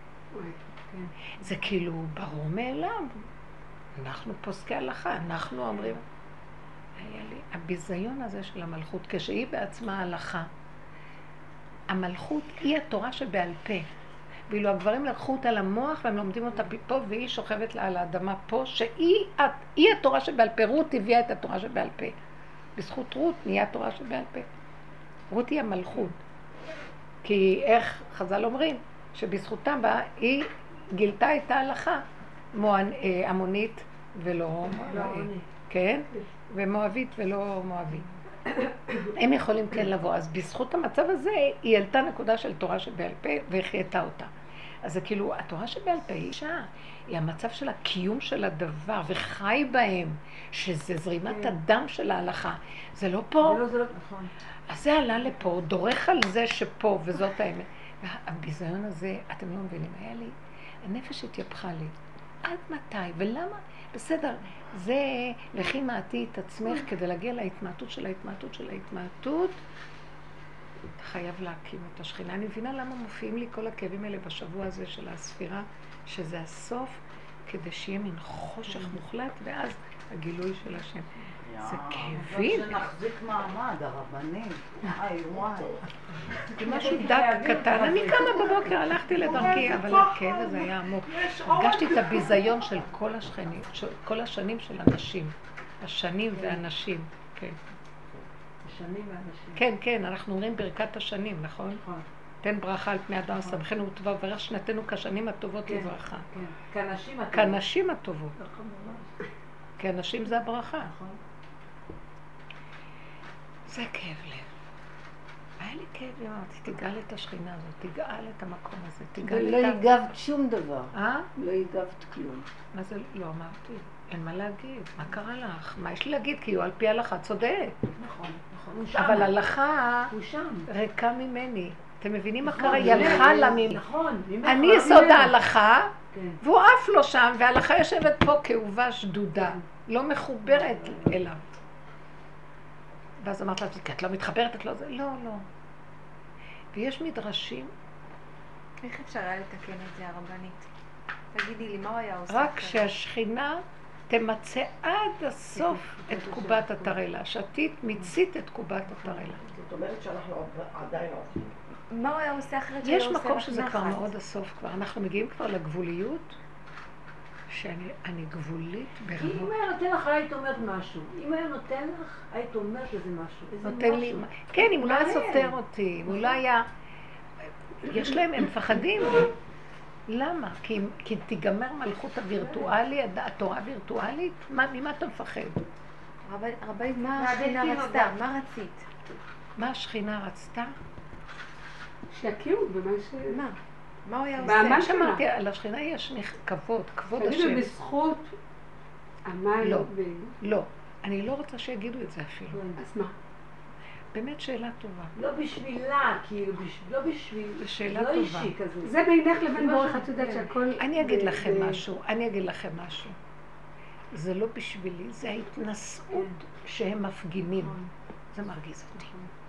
S1: זה כאילו ברור מאליו. אנחנו פוסקי הלכה, אנחנו אומרים, היה לי הביזיון הזה של המלכות, כשהיא בעצמה הלכה. המלכות היא התורה שבעל פה. ואילו הגברים לקחו אותה למוח והם לומדים אותה פה, והיא שוכבת לה על האדמה פה, שהיא התורה שבעל פה. רות הביאה את התורה שבעל פה. בזכות רות נהיה התורה שבעל פה. רות היא המלכות. כי איך חז"ל אומרים? שבזכותם בה היא גילתה את ההלכה המונית ולא... כן? ומואבית ולא מואבית. הם יכולים כן לבוא. אז בזכות המצב הזה, היא העלתה נקודה של תורה שבעל פה והחייתה אותה. אז זה כאילו, התורה שבעל פה היא אישה, היא המצב של הקיום של הדבר, וחי בהם, שזה זרימת הדם של ההלכה. זה לא פה.
S6: זה לא, נכון.
S1: אז זה עלה לפה, דורך על זה שפה, וזאת האמת. והביזיון הזה, אתם לא מבינים, היה לי, הנפש התייפחה לי. עד מתי? ולמה? בסדר, זה לכי מעטי את עצמך כדי להגיע להתמעטות של ההתמעטות של ההתמעטות. אתה חייב להקים את השכינה. אני מבינה למה מופיעים לי כל הכאבים האלה בשבוע הזה של הספירה, שזה הסוף, כדי שיהיה מין חושך מוחלט, ואז הגילוי של השם. זה כאבים.
S4: אבל שנחזיק מעמד, הרבנים. וואי.
S1: זה משהו דק קטן. אני קמה בבוקר, הלכתי לדרכי, אבל הכאב הזה היה עמוק. הרגשתי את הביזיון של כל השכנים, כל השנים של אנשים. השנים והנשים, כן.
S6: השנים והאנשים.
S1: כן, כן, אנחנו אומרים ברכת השנים, נכון?
S6: נכון.
S1: תן ברכה על פני אדם, שמחנו וטובה וברך שנתנו כשנים הטובות לברכה.
S6: כן, כנשים הטובות.
S1: כנשים הטובות. כי הנשים זה הברכה.
S6: נכון.
S1: זה כאב לב. היה לי כאב, אמרתי, תגאל את השכינה הזאת, תגאל את המקום הזה, תגאל
S3: ולא
S1: את
S3: הגבת שום דבר.
S1: אה?
S3: לא הגבת כלום.
S1: מה זה? לא אמרתי. אין מה להגיד. מה קרה לך? מה יש לי להגיד? כי הוא על פי ההלכה צודק.
S6: נכון, נכון. הוא שם.
S1: אבל הלכה
S6: הוא שם.
S1: ריקה ממני. אתם מבינים מה
S6: נכון,
S1: קרה? היא הלכה לה ממני.
S6: נכון.
S1: אני יסוד ההלכה,
S6: כן.
S1: והוא אף לא שם, וההלכה יושבת פה כאובה שדודה, לא מחוברת אליו. ואז אמרת לה, כי את לא מתחברת, את לא זה. לא, לא. ויש מדרשים,
S8: איך אפשר היה לתקן את זה, הרבנית? תגידי לי, מה הוא היה עושה?
S1: רק שהשכינה תמצא עד הסוף את תקובת התרלה, שתית מיצית את תקובת התרלה.
S2: זאת אומרת שאנחנו עדיין עושים.
S8: מה הוא היה עושה אחרת שהוא
S1: יש
S8: עושה
S1: מקום
S8: לך
S1: שזה כבר
S8: נחת?
S1: מאוד הסוף כבר, אנחנו מגיעים כבר לגבוליות, שאני גבולית
S6: אם
S1: ברמות.
S6: היה נותן לך, היית אומרת משהו. אם היה נותן לך, היית אומרת לזה משהו. איזה
S1: נותן לי,
S6: משהו.
S1: כן, אם הוא לא היה
S6: מעניין.
S1: סותר אותי, אם הוא לא היה, יש להם, הם מפחדים. למה? כי תיגמר מלכות הווירטואלי, התורה הווירטואלית, ממה אתה מפחד?
S8: רבנית, מה השכינה רצתה? מה רצית?
S1: מה השכינה רצתה?
S7: שיכירו במה ש...
S8: מה? מה הוא היה
S7: מה
S8: עושה?
S1: מה
S7: שלה?
S1: שאמרתי, על השכינה יש כבוד, כבוד השם.
S7: תגידו, בזכות עמל
S1: לא.
S7: ו...
S1: לא, אני לא רוצה שיגידו את זה אפילו.
S7: אז מה?
S1: באמת שאלה טובה.
S6: לא בשבילה, כאילו, לא בשביל...
S1: זו שאלה
S6: לא
S1: טובה.
S6: אישי כזה.
S7: זה בינך לבין
S6: זה
S7: בורך,
S6: משהו,
S7: את יודעת
S6: כן.
S7: שהכל...
S1: אני אגיד לכם משהו, זה לא בשבילי, זה ההתנשאות שהם מפגינים. זה מרגיז אותי.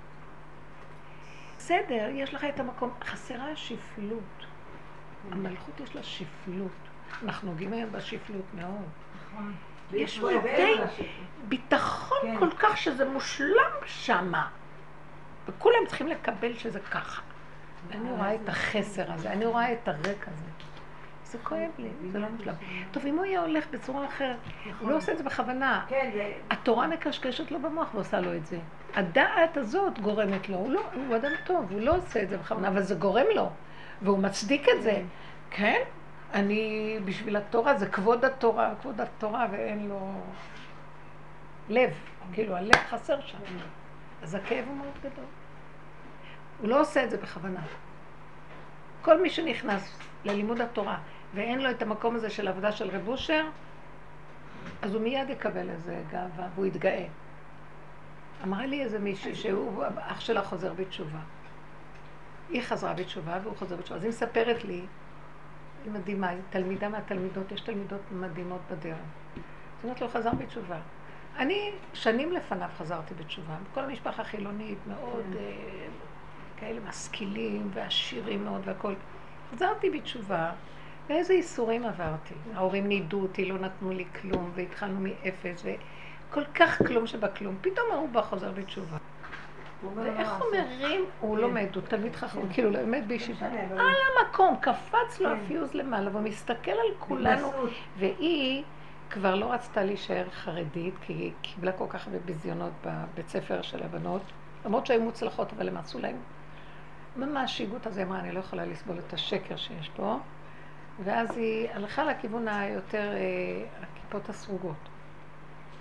S1: בסדר, יש לך את המקום, חסרה השפלות. המלכות יש לה שפלות. אנחנו נוגעים היום בשפלות מאוד. יש
S6: בואי,
S1: מדי
S6: ואין לה שפלות.
S1: ביטחון
S6: כן.
S1: כל כך שזה מושלם שמה. וכולם צריכים לקבל שזה ככה. אני רואה את החסר הזה, אני רואה את הריק הזה. זה כואב לי, זה לא מושלם. טוב, אם הוא היה הולך בצורה אחרת, הוא לא עושה את זה בכוונה.
S6: כן, זה...
S1: התורה מקשקשת לו במוח ועושה לו את זה. הדעת הזאת גורמת לו, הוא אדם טוב, הוא לא עושה את זה בכוונה, אבל זה גורם לו, והוא מצדיק את זה. כן? אני, בשביל התורה, זה כבוד התורה, ואין לו לב, כאילו הלב חסר שם. אז הכאב הוא מאוד גדול. הוא לא עושה את זה בכוונה. כל מי שנכנס ללימוד התורה, ואין לו את המקום הזה של עבודה של רב אושר, אז הוא מיד יקבל איזה גאווה, והוא יתגאה. אמרה לי איזה מישהי שהוא, אח שלה חוזר בתשובה. היא חזרה בתשובה והוא חוזר בתשובה. אז היא מספרת לי, היא מדהימה, היא תלמידה מהתלמידות, יש תלמידות מדהימות בדרך. זאת אומרת לו, חזר בתשובה. אני שנים לפניו חזרתי בתשובה. כל המשפחה חילונית מאוד כאלה משכילים ועשירים מאוד והכל. חזרתי בתשובה, ואיזה איסורים עברתי. ההורים נידו אותי, לא נתנו לי כלום, והתחלנו מאפס, וכל כך כלום שבכלום. פתאום הוא בא חוזר בתשובה. ואיך אומרים, הוא לומד, הוא תלמיד חכם, כאילו לומד בישיבה. על המקום, קפץ לו הפיוז למעלה, והוא מסתכל על כולנו, והיא כבר לא רצתה להישאר חרדית, כי היא קיבלה כל כך הרבה ביזיונות בבית ספר של הבנות, למרות שהיו מוצלחות, אבל הם עשו להם ממש שיגות, אז היא אמרה, אני לא יכולה לסבול את השקר שיש פה, ואז היא הלכה לכיוון היותר הכיפות הסרוגות.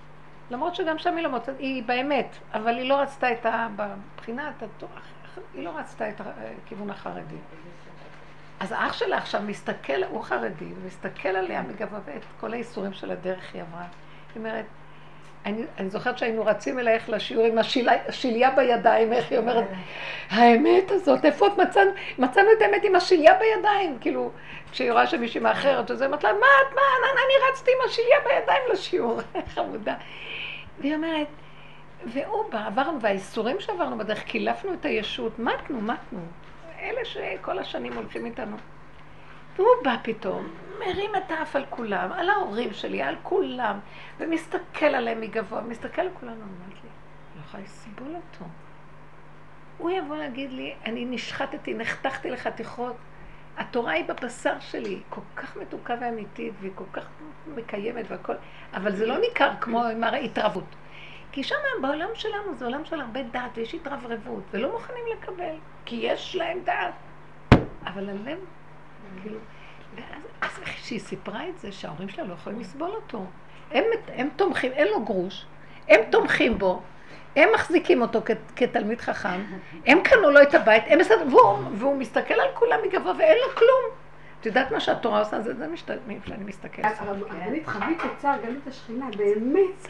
S1: למרות שגם שם היא לא מוצאת, היא באמת, אבל היא לא רצתה את בבחינת התורה, היא לא רצתה את הכיוון החרדי. אז האח שלה עכשיו מסתכל, הוא חרדי, ומסתכל עליה מגבה ואת כל האיסורים של הדרך היא עברה. היא אומרת, אני זוכרת שהיינו רצים אלייך לשיעור עם השיליה בידיים, איך היא אומרת, האמת הזאת, איפה את מצאנו את האמת עם השיליה בידיים, כאילו, כשהיא רואה שמישהי מאחרת, אז היא אומרת לה, מה, אני רצתי עם השיליה בידיים לשיעור, חמודה. והיא אומרת, והוא בא, עברנו, והאיסורים שעברנו בדרך, קילפנו את הישות, מתנו. אלה שכל השנים הולכים איתנו. והוא בא פתאום, מרים את האף על כולם, על ההורים שלי, על כולם, ומסתכל עליהם מגבוה, מסתכל על כולנו, אמרת לי, לא יכולה לסבול אותו. הוא יבוא להגיד לי, אני נשחטתי, נחתכתי לחתיכות, התורה היא בבשר שלי, כל כך מתוקה ואמיתית, והיא כל כך מקיימת והכל, אבל זה לא ניכר כמו עם ההתרבות. כי שם בעולם שלנו זה עולם של הרבה דעת, ויש התרברבות, ולא מוכנים לקבל, כי יש להם דעת. אבל הלב, כאילו, ואז כשהיא סיפרה את זה, שההורים שלה לא יכולים לסבול אותו. הם תומכים, אין לו גרוש, הם תומכים בו, הם מחזיקים אותו כתלמיד חכם, הם קנו לו את הבית, והוא מסתכל על כולם מגבוה ואין לו כלום. את יודעת מה שהתורה עושה? זה אני מסתכל.
S7: הרבנית חווית את צער גלות השכינה, באמת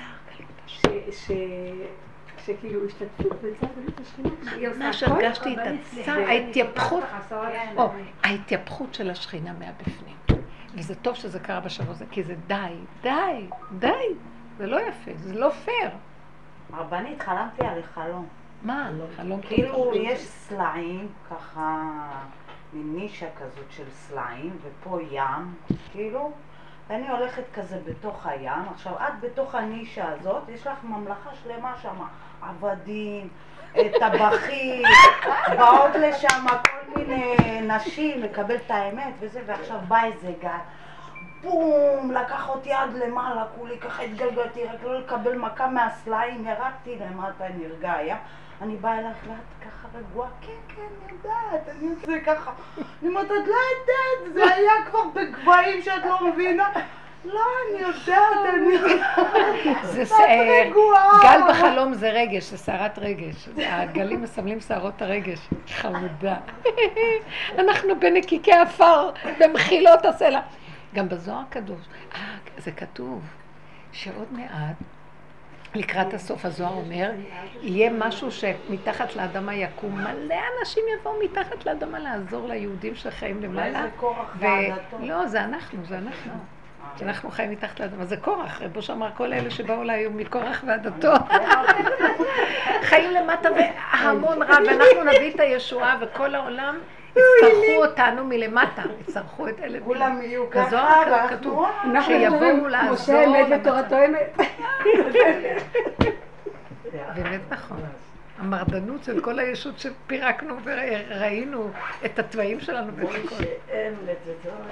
S7: שכאילו השתתפות בצער גלות השכינה.
S1: מה שהרגשתי את הצער, ההתייפחות של השכינה מהבפנים. וזה טוב שזה קרה בשבוע הזה, כי זה די, זה לא יפה, זה לא פייר.
S4: רבנית, חלמתי על חלום.
S1: מה? חלום
S4: כאילו יש סלעים, ככה, מין נישה כזאת של סלעים, ופה ים, כאילו, ואני הולכת כזה בתוך הים. עכשיו, את בתוך הנישה הזאת, יש לך ממלכה שלמה שם, עבדים, טבחים, באות לשם כל מיני נשים, לקבל את האמת וזה, ועכשיו בא איזה גל. בום, לקח אותי עד למעלה, כולי ככה התגלגלתי, רק לא לקבל מכה מהסלעים, ירדתי למטה, נרגע הים. אני באה אלייך ואת ככה רגועה, כן, אני יודעת, אני עושה ככה. אני אומרת, את לא יודעת, זה היה כבר בגבהים שאת לא מבינה. לא, אני יודעת,
S1: זה גל בחלום זה רגש, זה שערת רגש. הגלים מסמלים שערות הרגש. חמודה. אנחנו בנקיקי אפר, במחילות הסלע. גם בזוהר הקדוש. זה כתוב שעוד מעט, לקראת הסוף הזוהר אומר, יהיה משהו שמתחת לאדמה יקום, מלא אנשים יבואו מתחת לאדמה לעזור ליהודים שחיים למעלה.
S4: זה קורח ועדתו.
S1: לא, זה אנחנו. אנחנו חיים מתחת לאדמה, זה קורח, רבוש אמר כל אלה שבאו לה היום מקורח ועדתו. חיים למטה והמון רב, ואנחנו נביא את הישועה וכל העולם יצטרכו אותנו מלמטה, יצטרכו את אלה.
S4: כולם יהיו ככה,
S1: בזוהר כתוב שיבואו לעזור.
S7: משה אמת ותורתו אמת.
S1: באמת נכון. המרדנות של כל הישות שפירקנו וראינו את התוואים שלנו ואת הכל.